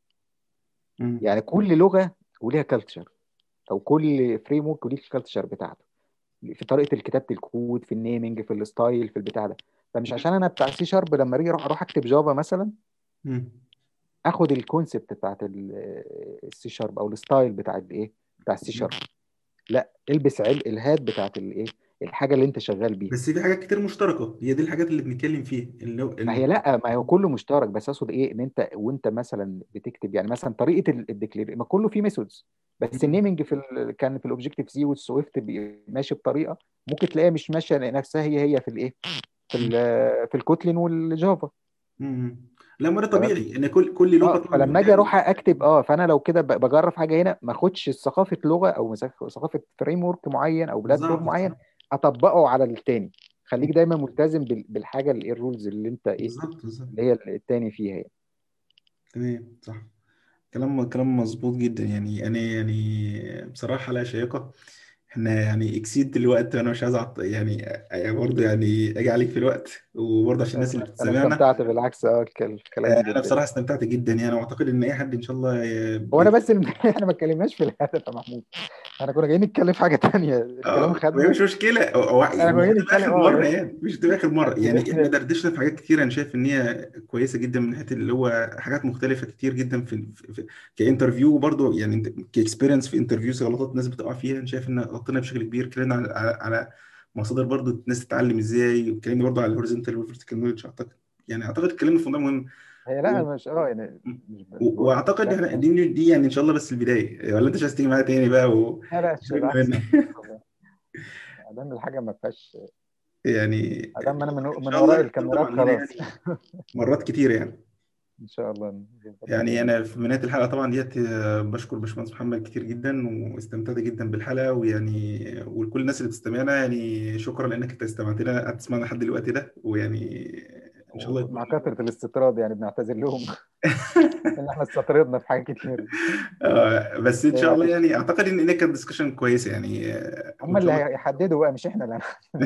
مم. يعني كل لغه وليها كالتشر، او كل فريم ورك وليه الكالتشر بتاعته، في طريقه كتابه الكود، في النيمنج، في الستايل، في البتاع ده. فمش عشان انا بتاع سي شارب لما اجي اروح اكتب جافا مثلا، مم. اخد الكونسبت بتاعت السي شارب، او الستايل بتاع الايه، بتاع السي شارب. لا، البس الهات بتاعت الايه، الحاجه اللي انت شغال بيها. بس في حاجات كتير مشتركه، هي دي الحاجات اللي بنتكلم فيها، اللي هو ما هي لا، ما هو كله مشترك، بس اقصد ايه، ان انت وانت مثلا بتكتب، يعني مثلا طريقه الديكلير، ما كله فيه ميثودز، بس مم. النيمنج كان في الاوبجكتيف سي والسويفت ماشي بطريقه، ممكن تلاقيها مش ماشيه نفسها هي في الايه، في الكوتلين والجافا. مم. لا، ما ده تمام. طبيعي ان كل لغه اه، طبعا فلما بيبقى اجي لها. اروح اكتب، فانا لو كده بجرب حاجه هنا، ما اخدش ثقافه لغه، او ثقافه فريم ورك معين، او بلاتفورم بالظبط، معين، صح. اطبقه على التاني. خليك دايما ملتزم بالحاجه، اللي الرولز اللي انت ايه، بالظبط، بالظبط. اللي هي التاني فيها يعني. تمام، صح. كلام مظبوط جدا. يعني انا يعني بصراحه لا شيقه. احنا يعني اكسيد الوقت، وانا مش عايز برضه يعني اجي عليك في الوقت، وبرضه عشان الناس اللي انا بتسمعنا. استمتعت بالعكس، الكلام انا جدا. بصراحه استمتعت جدا يعني، واعتقد ان اي حد ان شاء الله هو انا بس احنا ما اتكلمناش في الهدف يا محمود، احنا كنا جايين نتكلم في حاجه تانية، الكلام وهي خدنا. مش مشكله، احنا كنا مش جايين هتبقى نتكلم اخر مره يعني. يعني، مش هتبقى اخر مره يعني. احنا دردشنا في حاجات كتير، انا شايف ان هي كويسه جدا من ناحيه اللي هو حاجات مختلفه كتير جدا كانترفيو برضه يعني، انت كاكسبيرينس في انترفيوز، غلطات الناس بتقع فيها. انا شايف ان غطينا بشكل كبير، اتكلمنا على مصادر برضه الناس تتعلم ازاي، واتكلمنا برضه على الهوريزونتال والفيرتيكال نولج. اعتقد اتكلمنا في موضوع مهم. هي لا، مش يعني، مش بقول واعتقد لا احنا ماشي. دي يعني ان شاء الله بس البدايه، ولا انت مش عايز تيجي معايا تاني بقى لا لا، وتشيلنا بالعكس، منك؟ ادام الحاجه ما فيهاش، يعني ادام انا ان من شاء وراء الله يكون الكاميرات طبعا لينا خلاص. يعني مرات كتير يعني. ان شاء الله نظبط يعني الدنيا. انا في بدايه الحلقه طبعا ديت بشكر باشمهندس محمد كتير جدا، واستمتعت جدا بالحلقه، ويعني ولكل الناس اللي بتستمعنا يعني شكرا لانك انت استمعت لنا، قعدت تسمعنا لحد الوقت ده، ويعني ان شاء الله يكون. ومع كثره الاستطراد يعني بنعتذر لهم ان احنا استطردنا في حاجات كتير. بس ان شاء الله معلش، يعني اعتقد ان كانت ديسكشن كويسه يعني، هم وان شاء اللي الله. هيحددوا بقى، مش احنا اللي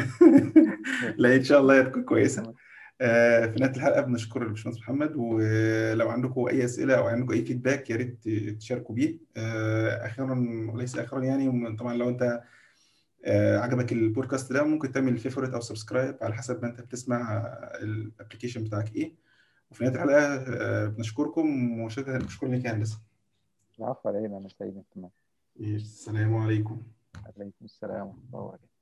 لا، ان شاء الله هتكون كويسه. تمام. في نهايه الحلقه بنشكر الباشمهندس محمد، ولو عندكم اي اسئله او عندكم اي فيدباك يا ريت تشاركوا بيه. اخيرا وليس اخرا يعني، طبعا لو انت عجبك البودكاست ده، ممكن تعمل فيفوريت او سبسكرايب على حسب ما انت بتسمع الابلكيشن بتاعك ايه. وفي نهايه الحلقه بنشكركم، وشكرا لك يا هندسه. العفو علينا، انا سعيد. تمام. السلام عليكم. عليكم السلام ورحمه الله وبركاته.